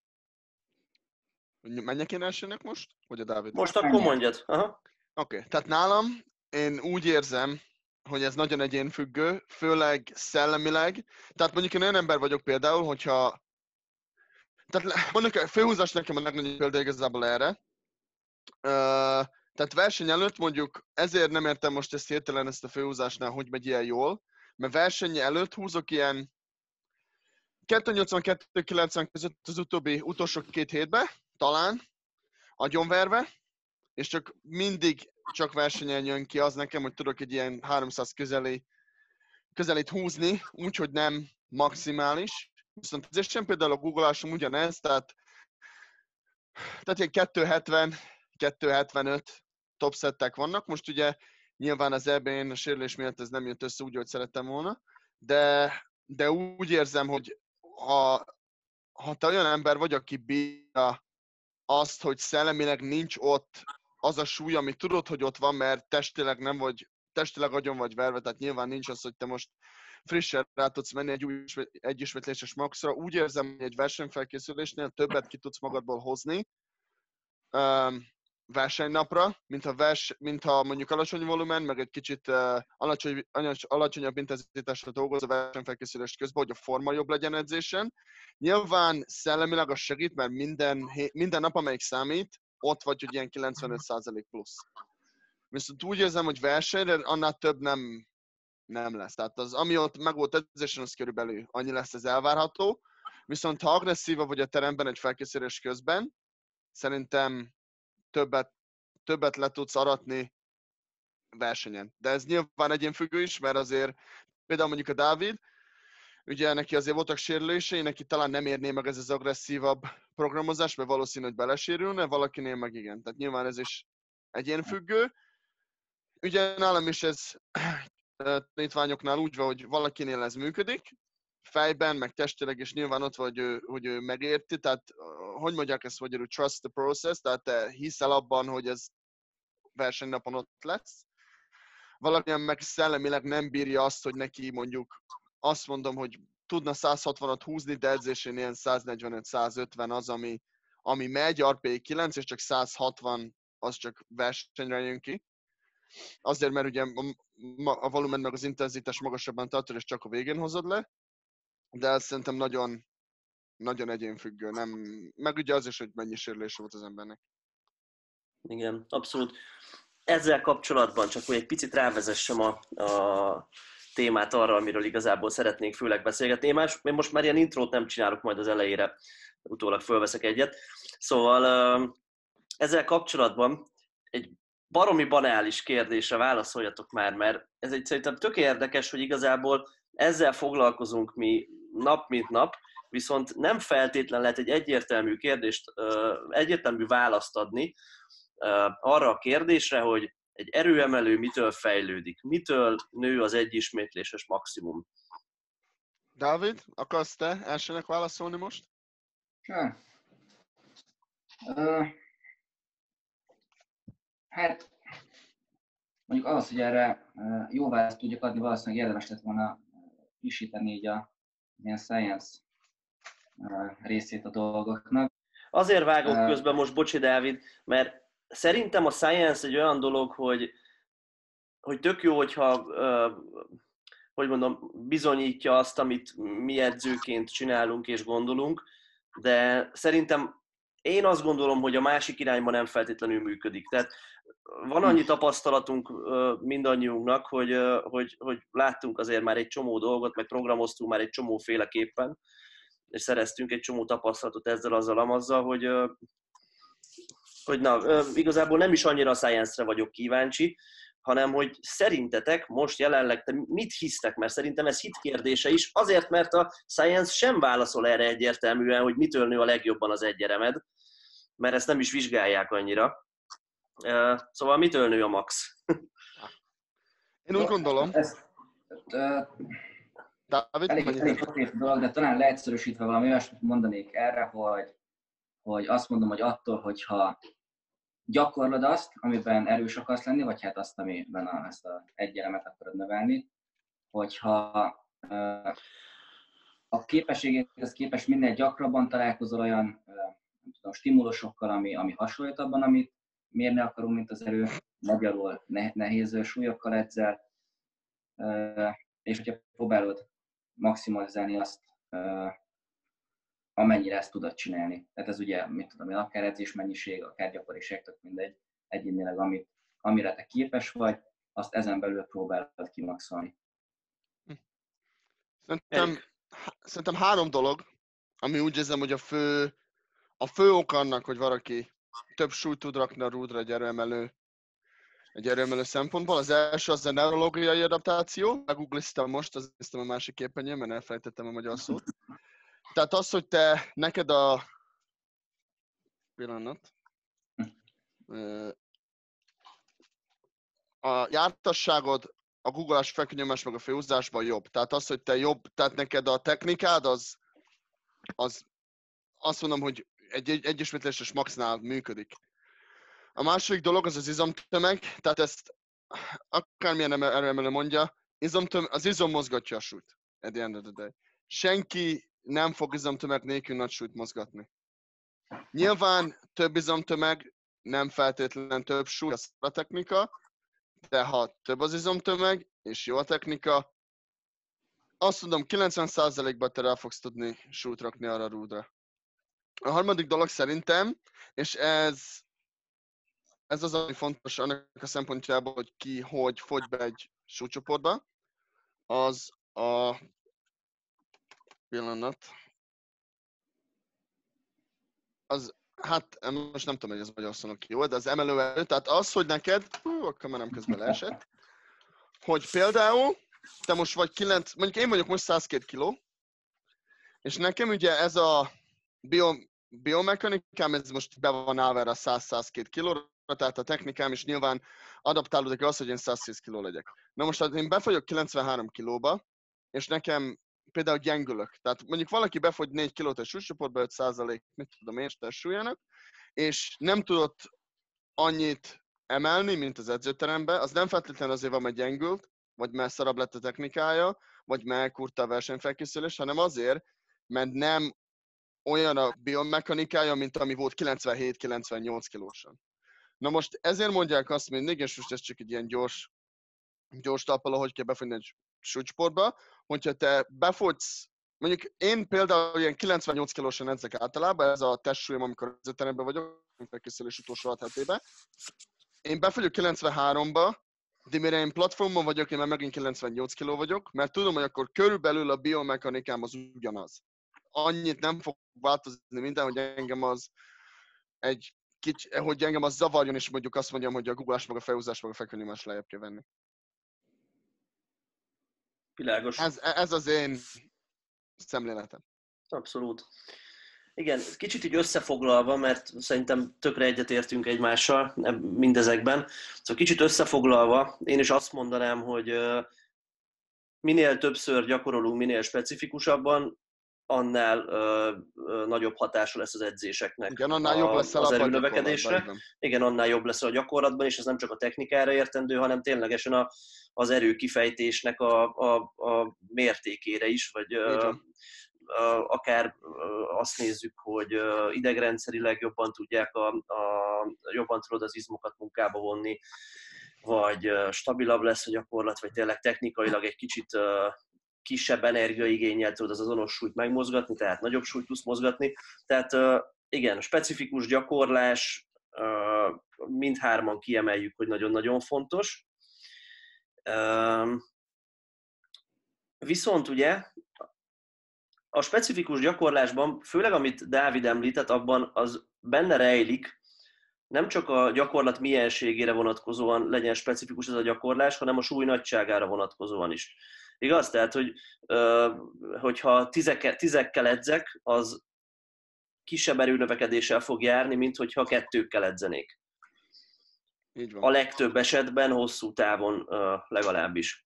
Menjek én elsőnek most? Vagy a Dávid? Most akkor mondjad. Aha. Oké, okay. Tehát nálam én úgy érzem, hogy ez nagyon egyénfüggő, főleg szellemileg. Tehát mondjuk én olyan ember vagyok például, hogyha... Tehát mondjuk a főhúzás nekem a legnagyobb példa igazából erre. Uh, tehát verseny előtt mondjuk, ezért nem értem most ezt hirtelen ezt a főhúzásnál, hogy megy ilyen jól, mert verseny előtt húzok ilyen kettőnyolcvankettő kilencven között az utóbbi utolsó két hétben, talán, agyonverve, és csak mindig csak versenyen jön ki az nekem, hogy tudok egy ilyen háromszáz közeli, közelét húzni, úgyhogy nem maximális. Viszont ezért sem például a googolásom ugyanez, tehát, tehát ilyen kettőszázhetven, kettőszázhetvenöt topsettek vannak. Most ugye nyilván az é bén a sérülés miatt ez nem jött össze úgy, hogy szerettem volna, de, de úgy érzem, hogy ha, ha te olyan ember vagy, aki bírja azt, hogy szellemileg nincs ott az a súly, ami tudod, hogy ott van, mert testileg nem vagy, testileg agyon vagy verve, tehát nyilván nincs az, hogy te most frissen rá tudsz menni egy új egyismétléses maxra. Úgy érzem, hogy egy versenyfelkészülésnél többet ki tudsz magadból hozni, um, versenynapra, mint ha, vers, mint ha mondjuk alacsony volumen, meg egy kicsit uh, alacsony, alacsonyabb intenzitásra dolgozó versenyfelkészülés közben, hogy a forma jobb legyen edzésen. Nyilván szellemileg az segít, mert minden, minden nap, amelyik számít, ott vagy, hogy ilyen kilencvenöt százalék plusz. Viszont úgy érzem, hogy versenyre annál több nem, nem lesz. Tehát az, ami ott meg volt edzésen, az körülbelül annyi lesz, ez elvárható. Viszont ha agresszíva vagy a teremben egy felkészülés közben, szerintem többet, többet le tudsz aratni versenyen. De ez nyilván egyénfüggő is, mert azért például mondjuk a Dávid, ugye neki azért voltak sérülései, neki talán nem érné meg ez az agresszívabb programozás, mert valószínű, hogy belesérülne, valakinél meg igen. Tehát nyilván ez is egyénfüggő. Ugye nálam is ez tanítványoknál úgy van, hogy valakinél ez működik, fejben, meg testileg, és nyilván ott van, hogy ő, hogy ő megérti, tehát hogy mondják ezt magyarul, trust the process, tehát te hiszel abban, hogy ez versenynapon ott lesz. Valakilyen meg szellemileg nem bírja azt, hogy neki mondjuk azt mondom, hogy tudna száz hatvanat húzni, de edzésén ilyen száz negyvenöt száz ötven az, ami, ami megy, er pé i kilenc, és csak száz hatvan az csak versenyre jön ki. Azért, mert ugye a volumen meg az intenzitás magasabban tartod, és csak a végén hozod le. De ez szerintem nagyon, nagyon egyénfüggő, nem, meg ugye az is, hogy mennyi sérülése volt az embernek. Igen, abszolút. Ezzel kapcsolatban csak hogy egy picit rávezessem a, a témát arra, amiről igazából szeretnénk főleg beszélgetni. Én, más, én most már ilyen intrót nem csinálok, majd az elejére utólag fölveszek egyet. Szóval ezzel kapcsolatban egy baromi banális kérdésre válaszoljatok már, mert ez egy szerintem tök érdekes, hogy igazából ezzel foglalkozunk mi nap mint nap, viszont nem feltétlen lehet egy egyértelmű kérdést, egyértelmű választ adni arra a kérdésre, hogy egy erőemelő mitől fejlődik, mitől nő az egyismétléses maximum. Dávid, akarsz te elsőnek válaszolni most? Ja. Uh, hát mondjuk ahhoz, hogy erre uh, jó választ tudjak adni, valószínűleg érdemes lett volna frissíteni így a ilyen science uh, részét a dolgoknak. Azért vágok uh, közben most, bocsi Dávid, mert szerintem a science egy olyan dolog, hogy, hogy tök jó, hogyha uh, hogy mondom, bizonyítja azt, amit mi edzőként csinálunk és gondolunk, de szerintem én azt gondolom, hogy a másik irányban nem feltétlenül működik. Tehát van annyi tapasztalatunk mindannyiunknak, hogy, hogy, hogy láttunk azért már egy csomó dolgot, meg programoztunk már egy csomó féleképpen, és szereztünk egy csomó tapasztalatot ezzel, azzal, amazzal, hogy, hogy na, igazából nem is annyira a science-re vagyok kíváncsi, hanem hogy szerintetek most jelenleg te mit hisztek, mert szerintem ez hit kérdése is, azért, mert a science sem válaszol erre egyértelműen, hogy mitől nő a legjobban az egyeremed, mert ezt nem is vizsgálják annyira. Szóval mitől nő a max? Én úgy gondolom. Ez, Dávid, elég, elég konkrét dolog, de talán leegyszerűsítve valami olyasmit mondanék erre, hogy, hogy azt mondom, hogy attól, hogyha gyakorlod azt, amiben erős akarsz lenni, vagy hát azt, amiben a, ezt az egy elemet akarod növelni, hogyha uh, a képességekhez képest minél gyakrabban találkozol olyan uh, nem tudom, stimulusokkal, ami, ami hasonlít abban, amit mérni akarunk, mint az erő, magyarul ne, nehéz súlyokkal edzel, uh, és hogyha próbálod maximalizálni azt, uh, amennyire ezt tudod csinálni. Tehát ez ugye, mit tudom én, akár edzésmennyiség, akár gyakoriság, tök mindegy, egyénileg, amit, amire te képes vagy, azt ezen belül próbálod kimaxolni. Szerintem, szerintem három dolog, ami úgy érzem, hogy a fő, a fő ok annak, hogy valaki több súlyt tud rakni a rúdra egy erőemelő, egy erőemelő szempontból. Az első az a neurológiai adaptáció. Megugliztam most, az néztem a másik képernyőn, mert elfelejtettem a magyar szót. Tehát az, hogy te, neked a... Pillanat. A jártasságod, a googolás, felkönnyomás meg a főhúzásban jobb. Tehát az, hogy te jobb, tehát neked a technikád, az, az azt mondom, hogy egy, egy egyismétléses maxnál működik. A második dolog az az izomtömeg, tehát ezt akármilyen erőemelő mondja, izomtömeg, az izom mozgatja a súlyt. At the end of the day. Senki nem fog izomtömeg nélkül nagy súlyt mozgatni. Nyilván több izomtömeg nem feltétlenül több súly, az a technika, de ha több az izomtömeg, és jó a technika, azt tudom, kilencven százalékban te rá fogsz tudni súlyt rakni arra a rúdra. A harmadik dolog szerintem, és ez, ez az, ami fontos annak a szempontjából, hogy ki, hogy fogy be egy súlycsoportba, az a pillanat, az, hát most nem tudom, hogy ez magyar szónak jó, de az emelőerő, tehát az, hogy neked, hú, a kamerám közben leesett, hogy például te most vagy kilenc, mondjuk én vagyok most száz két kiló, és nekem ugye ez a bio, biomechanikám, ez most be van állva erre a száz-száz két kilóra, tehát a technikám is nyilván adaptálódik az, hogy én száz tíz kiló legyek. Na most, hát én befogyok kilencvenhárom kilóba, és nekem például gyengülök. Tehát mondjuk valaki befogy négy kilót egy súlycsoportba, öt százalék, mit tudom én, testsúlyának, és nem tudott annyit emelni, mint az edzőteremben, az nem feltétlenül azért van, mert gyengült, vagy mert szarabb lett a technikája, vagy mert elkurta a versenyfelkészülés, hanem azért, mert nem olyan a biomechanikája, mint ami volt kilencvenhét-kilencvennyolc kilósan. Na most ezért mondják azt mindig, és most ez csak egy ilyen gyors, gyors talpaló, hogy kell befogyni egy súlycsoportba, hogyha te befogysz, mondjuk én például ilyen kilencvennyolc kilósan edzek általában, ez a testsúlyom, amikor edzőteremben vagyok, felkészülés utolsó hat hetében. Én befogyok kilencvenháromba, de mire én platformon vagyok, én már megint kilencvennyolc kiló vagyok, mert tudom, hogy akkor körülbelül a biomechanikám az ugyanaz. Annyit nem fog változni minden, hogy engem az egy kicsi, hogy engem az zavarjon, és mondjuk azt mondjam, hogy a guggolás meg a felhúzás meg a fekvőnyomás lejjebb kell venni. Világos. Ez, ez az én szemléletem. Abszolút. Igen, kicsit így összefoglalva, mert szerintem tökre egyetértünk egymással mindezekben. Szóval kicsit összefoglalva, én is azt mondanám, hogy minél többször gyakorolunk, minél specifikusabban, annál ö, ö, nagyobb hatása lesz az edzéseknek. Igen, annál jobb lesz az erőnövekedésre. Igen, annál jobb lesz a gyakorlatban, és ez nem csak a technikára értendő, hanem ténylegesen a, az erőkifejtésnek a, a, a mértékére is, vagy ö, ö, akár ö, azt nézzük, hogy ö, idegrendszerileg jobban tudják, a, a, jobban tudod az izmokat munkába vonni, vagy ö, stabilabb lesz a gyakorlat, vagy tényleg technikailag egy kicsit ö, kisebb energiaigénnyel tudod az azonos súlyt megmozgatni, tehát nagyobb súlyt tudsz mozgatni. Tehát igen, specifikus gyakorlás, mindhárman kiemeljük, hogy nagyon-nagyon fontos. Viszont ugye a specifikus gyakorlásban, főleg amit Dávid említett, abban az benne rejlik, nem csak a gyakorlat mienségére vonatkozóan legyen specifikus ez a gyakorlás, hanem a súly nagyságára vonatkozóan is. Igaz? Tehát, hogy, hogyha tizekkel, tizekkel edzek, az kisebb erőnövekedéssel fog járni, mint hogyha kettőkkel edzenék. Így van. A legtöbb esetben, hosszú távon legalábbis.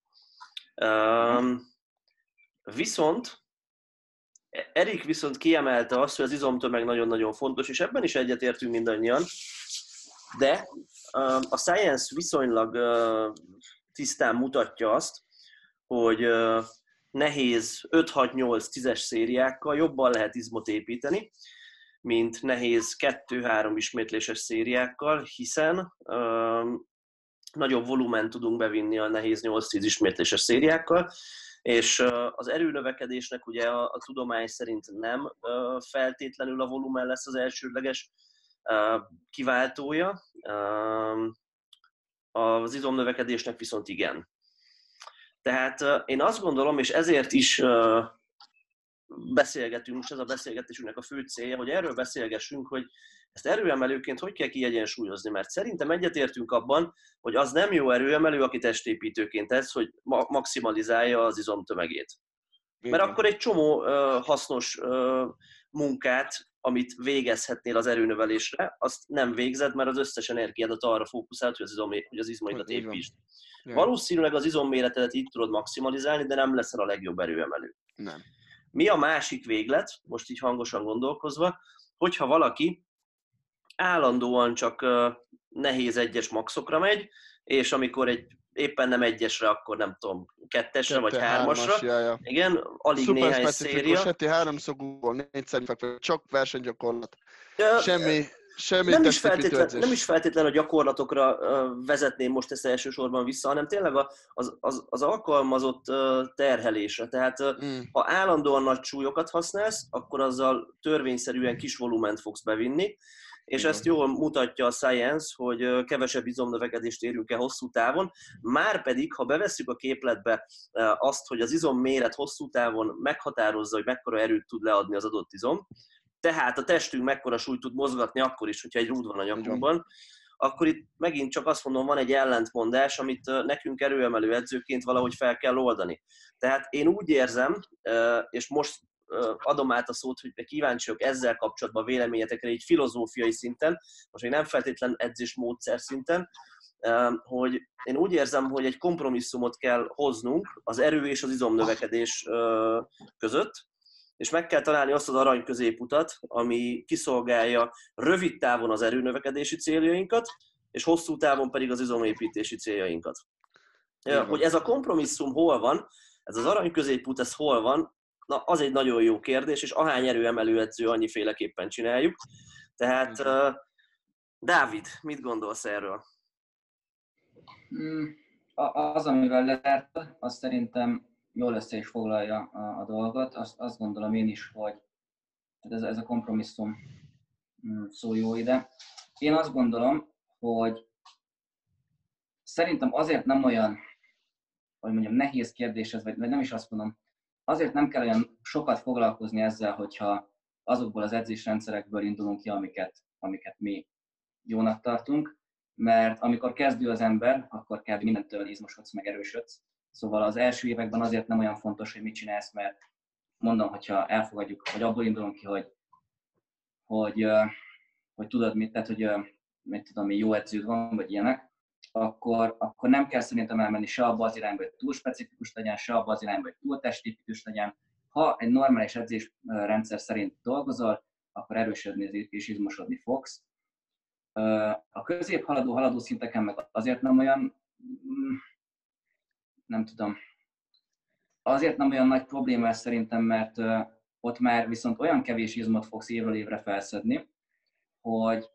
Viszont, Erik viszont kiemelte azt, hogy az izomtömeg nagyon-nagyon fontos, és ebben is egyetértünk mindannyian, de a science viszonylag tisztán mutatja azt, hogy nehéz öt hat nyolc tízes szériákkal jobban lehet izmot építeni, mint nehéz kettő három ismétléses szériákkal, hiszen um, nagyobb volument tudunk bevinni a nehéz nyolc tíz ismétléses szériákkal, és uh, az erőnövekedésnek ugye a, a tudomány szerint nem uh, feltétlenül a volumen lesz az elsődleges uh, kiváltója, uh, az izomnövekedésnek viszont igen. Tehát uh, én azt gondolom, és ezért is uh, beszélgetünk, és ez a beszélgetésünknek a fő célja, hogy erről beszélgessünk, hogy ezt erőemelőként hogy kell kiegyensúlyozni, mert szerintem egyetértünk abban, hogy az nem jó erőemelő, aki testépítőként tesz, hogy ma- maximalizálja az izomtömegét. Mert akkor egy csomó uh, hasznos uh, munkát, amit végezhetnél az erőnövelésre, azt nem végzed, mert az összes energiádat arra fókuszált, hogy az, izom, hogy az izmaidat építsd. Valószínűleg az izomméretedet így tudod maximalizálni, de nem leszel a legjobb erőemelő. Nem. Mi a másik véglet, most így hangosan gondolkozva, hogyha valaki állandóan csak nehéz egyes maxokra megy, és amikor egy éppen nem egyesre, akkor nem tudom, kettesre Kette, vagy hármasra. hármas, ja, ja. Igen, alig Szuper néhány specifikus, széria. heti háromszor gól, négyszer fekvő, csak versenygyakorlat. Ja, Semmi, semmi nem, is testépítő feltétlen, edzés. nem is feltétlen a gyakorlatokra uh, vezetném most ezt elsősorban vissza, hanem tényleg a, az, az, az alkalmazott uh, terhelésre. Tehát uh, Mm. ha állandóan nagy súlyokat használsz, akkor azzal törvényszerűen kis volument fogsz bevinni, és Igen. ezt jól mutatja a science, hogy uh, kevesebb izomnövekedést érünk el hosszú távon. Márpedig, ha bevesszük a képletbe uh, azt, hogy az izom méret hosszú távon meghatározza, hogy mekkora erőt tud leadni az adott izom, tehát a testünk mekkora súlyt tud mozgatni akkor is, hogyha egy rúd van a nyakunkban, akkor itt megint csak azt mondom, van egy ellentmondás, amit nekünk erőemelő edzőként valahogy fel kell oldani. Tehát én úgy érzem, és most adom át a szót, hogy kíváncsi vagyok ezzel kapcsolatban véleményetekre így filozófiai szinten, most még nem feltétlen edzésmódszer szinten, hogy én úgy érzem, hogy egy kompromisszumot kell hoznunk az erő és az izomnövekedés között, és meg kell találni azt az arany középutat, ami kiszolgálja rövid távon az erőnövekedési céljainkat, és hosszú távon pedig az izomépítési céljainkat. Igen. Hogy ez a kompromisszum hol van, ez az arany középút, ez hol van, na az egy nagyon jó kérdés, és ahány erőemelő edző, annyiféleképpen csináljuk. Tehát uh, Dávid, mit gondolsz erről? Az, amivel lezárt, az szerintem jól össze is foglalja a, a dolgot. Azt, azt gondolom én is, hogy ez, ez a kompromisszum szó jó ide. Én azt gondolom, hogy szerintem azért nem olyan, hogy mondjam, nehéz kérdés ez, vagy nem is azt mondom, azért nem kell olyan sokat foglalkozni ezzel, hogyha azokból az edzésrendszerekből indulunk ki, amiket, amiket mi jónak tartunk, mert amikor kezdő az ember, akkor kb. Mindentől izmosodsz, meg erősödsz. Szóval az első években azért nem olyan fontos, hogy mit csinálsz, mert mondom, hogyha elfogadjuk, hogy abból indulunk ki, hogy, hogy, hogy tudod mit, tehát hogy mit tudom, jó edződ van, vagy ilyenek, akkor, akkor nem kell szerintem elmenni se abba az irányba, hogy túl specifikus legyen, se abba az irányba, hogy túl testépítős legyen. Ha egy normális edzésrendszer szerint dolgozol, akkor erősödni és izmosodni fogsz. A középhaladó, haladó szinteken meg azért nem olyan, nem tudom, azért nem olyan nagy probléma ez szerintem, mert ott már viszont olyan kevés izmot fogsz évről évre felszedni, hogy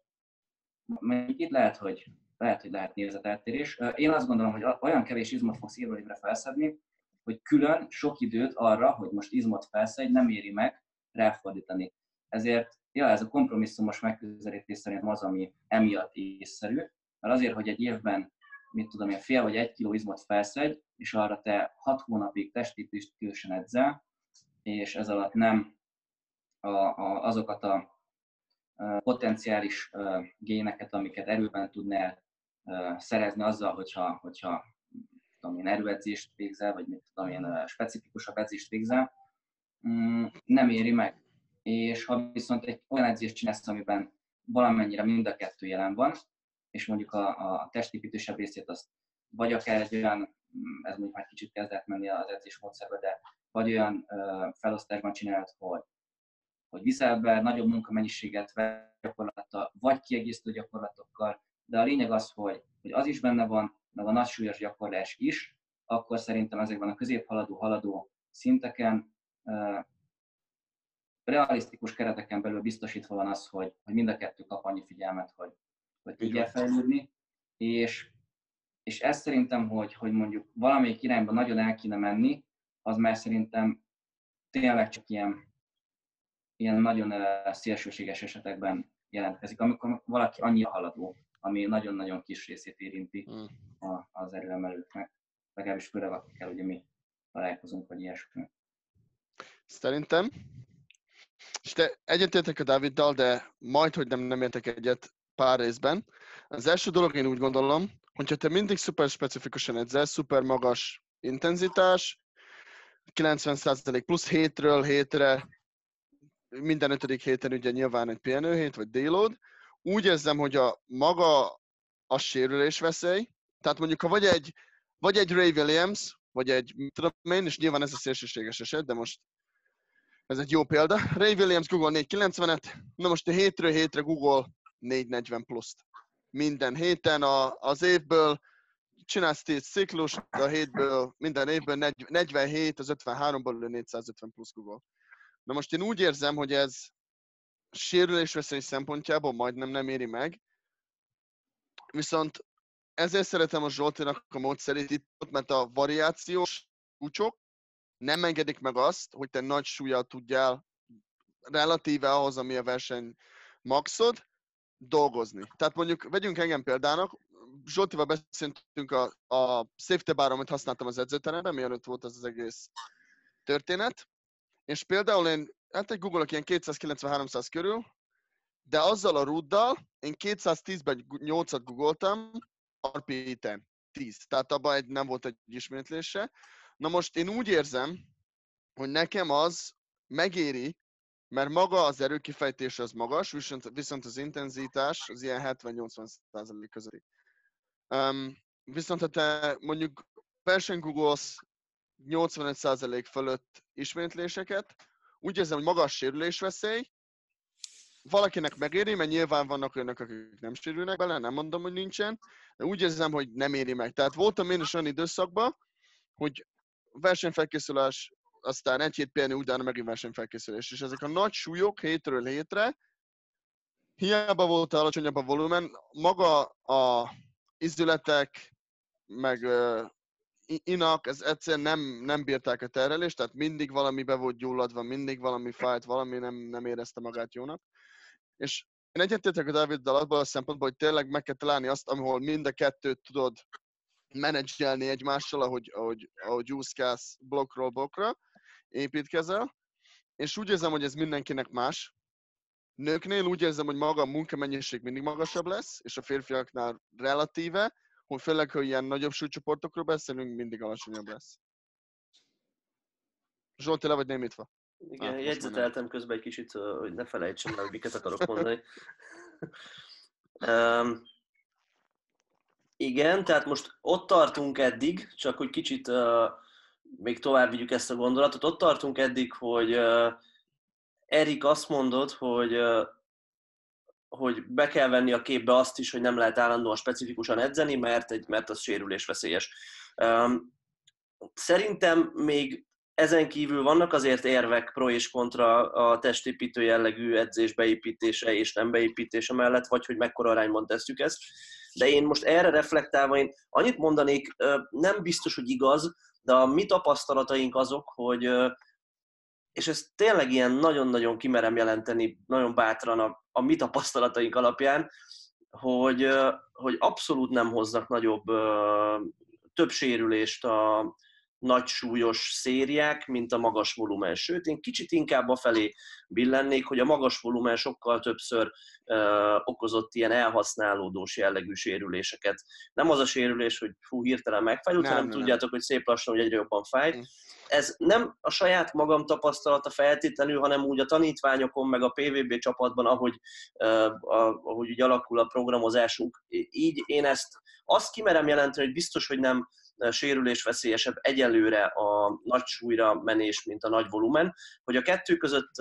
itt lehet, hogy lehet, hogy lehet nézeteltérés. Én azt gondolom, hogy olyan kevés izmot fogsz évről évre felszedni, hogy külön sok időt arra, hogy most izmot felszedj, nem éri meg ráfordítani. Ezért ja, ez a kompromisszumos megközelítés szerintem az, ami emiatt észszerű, mert azért, hogy egy évben, mit tudom én, fél vagy egy kiló izmot felszedj, és arra te hat hónapig testépítősen edzel, és ez alatt nem a, a, azokat a, a potenciális uh, géneket, amiket erőben tudnál uh, szerezni azzal, hogyha, hogyha tudom én, erőedzést végzel, vagy mit tudom én, uh, specifikusabb edzést végzel, um, nem éri meg. És ha viszont egy olyan edzést csinálsz, amiben valamennyire mind a kettő jelen van, és mondjuk a, a testépítősebb részét azt vagy akár egy olyan, ez mondjuk már kicsit kezdett menni az edzésmódszerbe, de vagy olyan uh, felosztásban csinálod, hogy, hogy viszel be nagyobb munkamennyiséget gyakorlattal, vagy kiegészítő gyakorlatokkal, de a lényeg az, hogy, hogy az is benne van, meg a nagy súlyos gyakorlás is, akkor szerintem ezekben a középhaladó, haladó szinteken uh, realisztikus kereteken belül biztosítva van az, hogy, hogy mind a kettő kap annyi figyelmet, hogy, hogy tudja fejlődni, és, és ez szerintem, hogy, hogy mondjuk valamelyik irányba nagyon el kéne menni, az már szerintem tényleg csak ilyen, ilyen nagyon uh, szélsőséges esetekben jelentkezik, amikor valaki annyira haladó, ami nagyon-nagyon kis részét érinti a, az erőemelőknek, legalábbis főleg akikkel ugye mi találkozunk, vagy ilyesmi. Szerintem, és te egyetértek a Dáviddal, de majd, hogy nem, nem értek egyet pár részben. Az első dolog én úgy gondolom, hogyha te mindig szuper specifikusan edzel, szuper magas intenzitás, kilencven százalék plusz hétről hétre, minden ötödik héten ugye nyilván egy pihenőhét, vagy deload, úgy érzem, hogy a maga a sérülés veszély, tehát mondjuk ha vagy egy, vagy egy Ray Williams, vagy egy, tudom én, és nyilván ez a szélsőséges eset, de most ez egy jó példa. Ray Williams Google négyszázkilencvenet, na most a hétről hétre Google négyszáznegyven pluszt. Minden héten a, az évből csinálsz tíz ciklus, a hétből, minden évből negyvenhét, az ötvenháromból négyszázötven plusz Google. Na most én úgy érzem, hogy ez sérülésveszély szempontjából majdnem nem éri meg. Viszont ezért szeretem a Zsoltinak a módszerét itt, mert a variációs kucsok nem engedik meg azt, hogy te nagy súllyal tudjál relatíve ahhoz, ami a verseny maxod, dolgozni. Tehát mondjuk vegyünk engem példának, Zsoltival beszéltünk a, a safety bar, amit használtam az edzőteremben, mielőtt volt az az egész történet, és például én, hát egy googolok ilyen kétszázkilencven-háromszáz körül, de azzal a rúddal én kétszáztízben nyolcat googoltam, er pé tíz, tehát abban egy, nem volt egy ismétlése. Na most én úgy érzem, hogy nekem az megéri, mert maga az erőkifejtés az magas, viszont, viszont az intenzitás az ilyen hetven-nyolcvan százalék közötti. Um, viszont ha te mondjuk versenygugolsz nyolcvanöt százalék fölött ismétléseket, úgy érzem, hogy magas sérülésveszély, valakinek megéri, mert nyilván vannak olyanok, akik nem sérülnek bele, nem mondom, hogy nincsen, de úgy érzem, hogy nem éri meg. Tehát voltam én is olyan időszakban, hogy versenyfelkészülés, aztán egy hét pihenő, utána megint versenyfelkészülés. És ezek a nagy súlyok hétről hétre, hiába volt alacsonyabb a volumen, maga a izzületek, meg uh, inak, ez egyszerűen nem, nem bírták a terhelést, tehát mindig valami be volt gyulladva, mindig valami fájt, valami nem, nem érezte magát jónak. És én egyetértek a Dáviddal abban a szempontból, hogy tényleg meg kell találni azt, ahol mind a kettőt tudod menedzselni egymással, ahogy, ahogy, ahogy úszkálsz blokkról blokkra, építkezel. És úgy érzem, hogy ez mindenkinek más. Nőknél úgy érzem, hogy maga a munkamennyiség mindig magasabb lesz, és a férfiaknál relatíve, hogy főleg, hogy ilyen nagyobb súlycsoportokról beszélünk, mindig alacsonyabb lesz. Zsolti, le vagy némítva? Igen, ah, jegyzeteltem közben egy kicsit, hogy ne felejtsem el, hogy miket akarok mondani. um, igen, tehát most ott tartunk eddig, csak hogy kicsit uh, még tovább vigyük ezt a gondolatot, ott tartunk eddig, hogy uh, Erik azt mondod, hogy, uh, hogy be kell venni a képbe azt is, hogy nem lehet állandóan specifikusan edzeni, mert, egy, mert az sérülésveszélyes. Um, szerintem még ezen kívül vannak azért érvek pro és kontra a testépítő jellegű edzés beépítése és nem beépítése mellett, vagy hogy mekkora arányban tesszük ezt. De én most erre reflektálva én annyit mondanék, nem biztos, hogy igaz, de a mi tapasztalataink azok, hogy, és ezt tényleg ilyen nagyon-nagyon kimerem jelenteni, nagyon bátran a, a mi tapasztalataink alapján, hogy, hogy abszolút nem hoznak nagyobb, több sérülést a nagy súlyos szériák, mint a magas volumen. Sőt, én kicsit inkább afelé billennék, hogy a magas volumen sokkal többször ö, okozott ilyen elhasználódós jellegű sérüléseket. Nem az a sérülés, hogy fú, hirtelen megfájult, hanem nem. Tudjátok, hogy szép lassan, hogy egyre jobban fáj. Ez nem a saját magam tapasztalata feltétlenül, hanem úgy a tanítványokon, meg a pé vé bé csapatban, ahogy, uh, ahogy úgy alakul a programozásunk. Így én ezt azt kimerem jelenteni, hogy biztos, hogy nem sérülésveszélyesebb egyelőre a nagy súlyra menés, mint a nagy volumen, hogy a kettő között,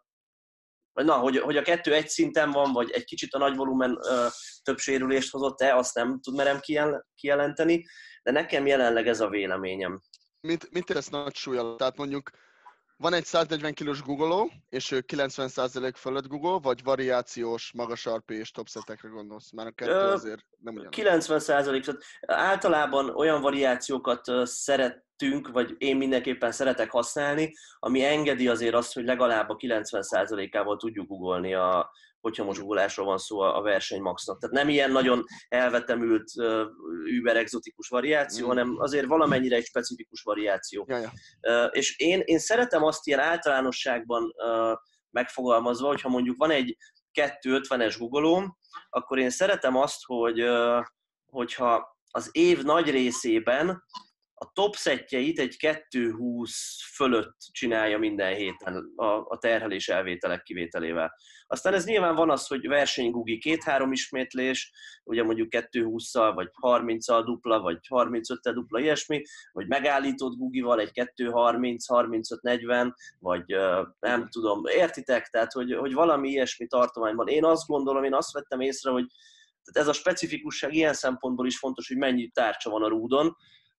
vagy na, hogy, hogy a kettő egy szinten van, vagy egy kicsit a nagy volumen több sérülést hozott-e, azt nem tud merem kijelenteni, de nekem jelenleg ez a véleményem. Mit, mit érsz nagy súlyal? Tehát mondjuk van egy száznegyven kilós googoló, és ő kilencven százalék fölött googol, vagy variációs, magas er pé és topsetekre gondolsz? Már a kettő azért nem ugyanaz. kilencven százalék. Általában olyan variációkat szerettünk, vagy én mindenképpen szeretek használni, ami engedi azért azt, hogy legalább a kilencven százalékával tudjuk googolni, a, hogyha most googolásról van szó a versenymaxnak. Tehát nem ilyen nagyon elvetemült, über exotikus variáció, mm. hanem azért valamennyire egy specifikus variáció. Ja, ja. Uh, és én, én szeretem azt ilyen általánosságban uh, megfogalmazva, hogyha mondjuk van egy kétszázötvenes googolóm, akkor én szeretem azt, hogy uh, hogyha az év nagy részében a top szettjeit egy kétszázhúsz fölött csinálja minden héten a, a terhelés elvételek kivételével. Aztán ez nyilván van az, hogy versenygugi két-három ismétlés, ugye mondjuk kétszázhússzal, vagy harminccal dupla, vagy harmincöttel dupla, ilyesmi, vagy megállított gugival egy kétszázharminc, harmincöt, negyven, vagy uh, nem tudom, értitek? Tehát, hogy, hogy valami ilyesmi tartományban. Én azt gondolom, én azt vettem észre, hogy ez a specifikusság ilyen szempontból is fontos, hogy mennyi tárcsa van a rúdon,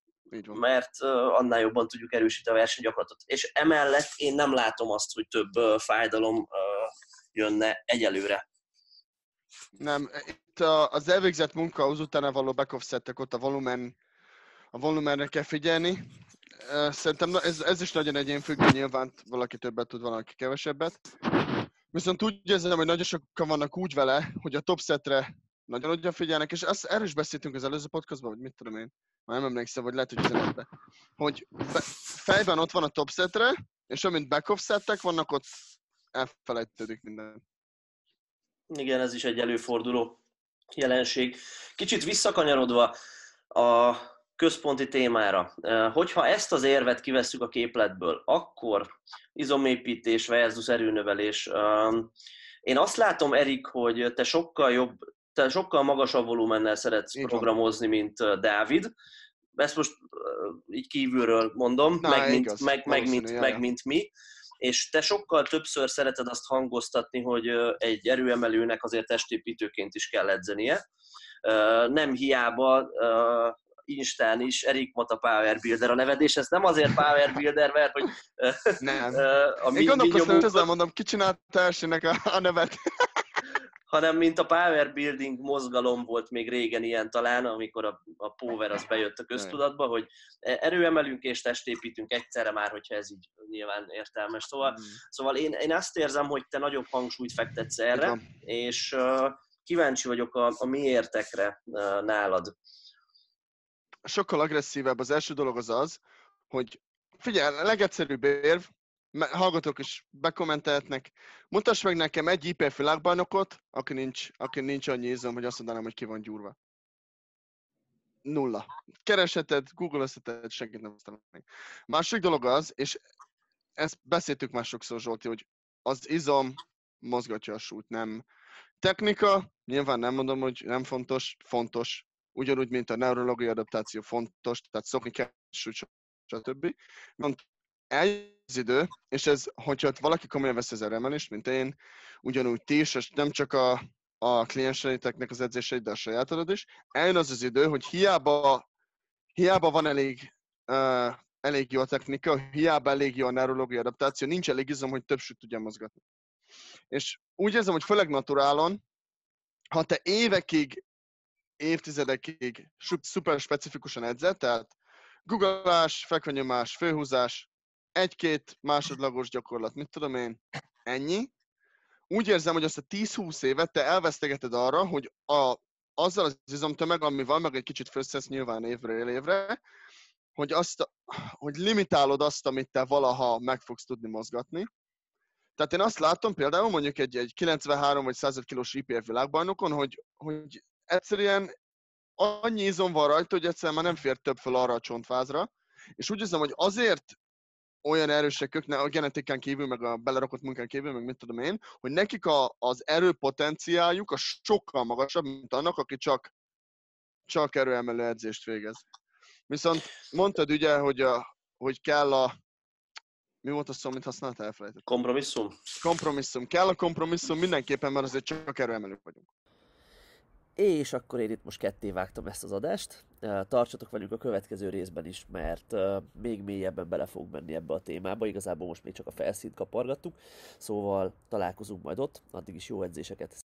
mert uh, annál jobban tudjuk erősíteni a versenygyakorlatot. És emellett én nem látom azt, hogy több uh, fájdalom uh, jönne egyelőre. Nem, itt a, az elvégzett munka, az utána való back-offsettek, ott a volumen, a volumenre kell figyelni. Szerintem ez, ez is nagyon egyénfüggő, nyilván valaki többet tud, valaki kevesebbet. Viszont úgy érzem, hogy nagyon sokan vannak úgy vele, hogy a top setre nagyon oda figyelnek, és azt, erről is beszéltünk az előző podcastban, vagy mit tudom én, már nem emlékszem, vagy lehet, hogy üzenetben, hogy be, fejben ott van a top setre, és amint back-off settek vannak, ott elfelejtődik minden. Igen, ez is egy előforduló jelenség. Kicsit visszakanyarodva a központi témára. Hogyha ezt az érvet kivesszük a képletből, akkor izomépítés versus erőnövelés. Én azt látom, Erik, hogy te sokkal jobb, te sokkal magasabb volumennel szeretsz Így programozni, van. mint Dávid. Ezt most így kívülről mondom, Na, meg, mint, igaz, meg, meg, mint, jaj, meg mint mi. És te sokkal többször szereted azt hangoztatni, hogy egy erőemelőnek azért testépítőként is kell edzenie. Nem hiába Instán is Erik Mata Power Builder a neved, és ez nem azért Power Builder, mert hogy nem. a mi, Én gondolkoztam, hogy ezzel mi mondom, ki csinálta elsőnek a, a nevet. hanem mint a Power Building mozgalom volt még régen ilyen talán, amikor a, a Power az bejött a köztudatba, hogy erőemelünk és testépítünk egyszerre már, hogyha ez így nyilván értelmes. Szóval, mm. szóval én, én azt érzem, hogy te nagyobb hangsúlyt fektetsz erre, és uh, kíváncsi vagyok a, a miértekre uh, nálad. Sokkal agresszívebb. Az első dolog az az, hogy figyelj, a legegyszerűbb érv, hallgatók is bekommentelhetnek, mutass meg nekem egy i pé ef világbajnokot, aki nincs, aki nincs annyi izom, hogy azt mondanám, hogy ki van gyúrva. Nulla. Keresheted, googlezheted, senkit nem aztán meg. Másik dolog az, és ezt beszéltük már sokszor, Zsolti, hogy az izom mozgatja a súlyt, nem technika, nyilván nem mondom, hogy nem fontos, fontos, ugyanúgy, mint a neurológiai adaptáció fontos, tehát szokni kell, stb. Eljön az idő, és ez, hogyha valaki komolyan vesz az erőemelést, mint én, ugyanúgy ti is, és nem csak a, a klienseiteknek az edzéseit, de a sajátodod is, eljön az az idő, hogy hiába, hiába van elég, uh, elég jó a technika, hiába elég jó a neurológiai adaptáció, nincs elég izom, hogy több süt tudja mozgatni. És úgy érzem, hogy főleg naturálon, ha te évekig, évtizedekig szuper specifikusan edzed, tehát guggolás, fekvenyomás, főhúzás, egy-két másodlagos gyakorlat, mit tudom én, ennyi. Úgy érzem, hogy azt a tíz-húsz évet te elvesztegeted arra, hogy a, azzal az izomtömeg, ami van, meg egy kicsit főszesz nyilván évről évre, hogy, azt, hogy limitálod azt, amit te valaha meg fogsz tudni mozgatni. Tehát én azt látom például mondjuk egy, egy kilencvenhárom vagy százöt kilós i pé ef világbajnokon, hogy, hogy egyszerűen annyi izom van rajta, hogy egyszerűen már nem fér több fel arra a csontvázra. És úgy érzem, hogy azért olyan erősek ők, a genetikán kívül, meg a belerakott munkán kívül, meg mit tudom én, hogy nekik a, az erőpotenciáljuk a sokkal magasabb, mint annak, aki csak, csak erőemelő edzést végez. Viszont mondtad ugye, hogy, a, hogy kell a... Mi volt a szó, mint használtál? Elfelejtett. Kompromisszum? Kompromisszum. Kell a kompromisszum mindenképpen, mert azért csak erőemelők vagyunk. És akkor én itt most ketté vágtam ezt az adást. Tartsatok velünk a következő részben is, mert még mélyebben bele fogunk menni ebbe a témába. Igazából most még csak a felszínt kapargattuk, szóval találkozunk majd ott. Addig is jó edzéseket!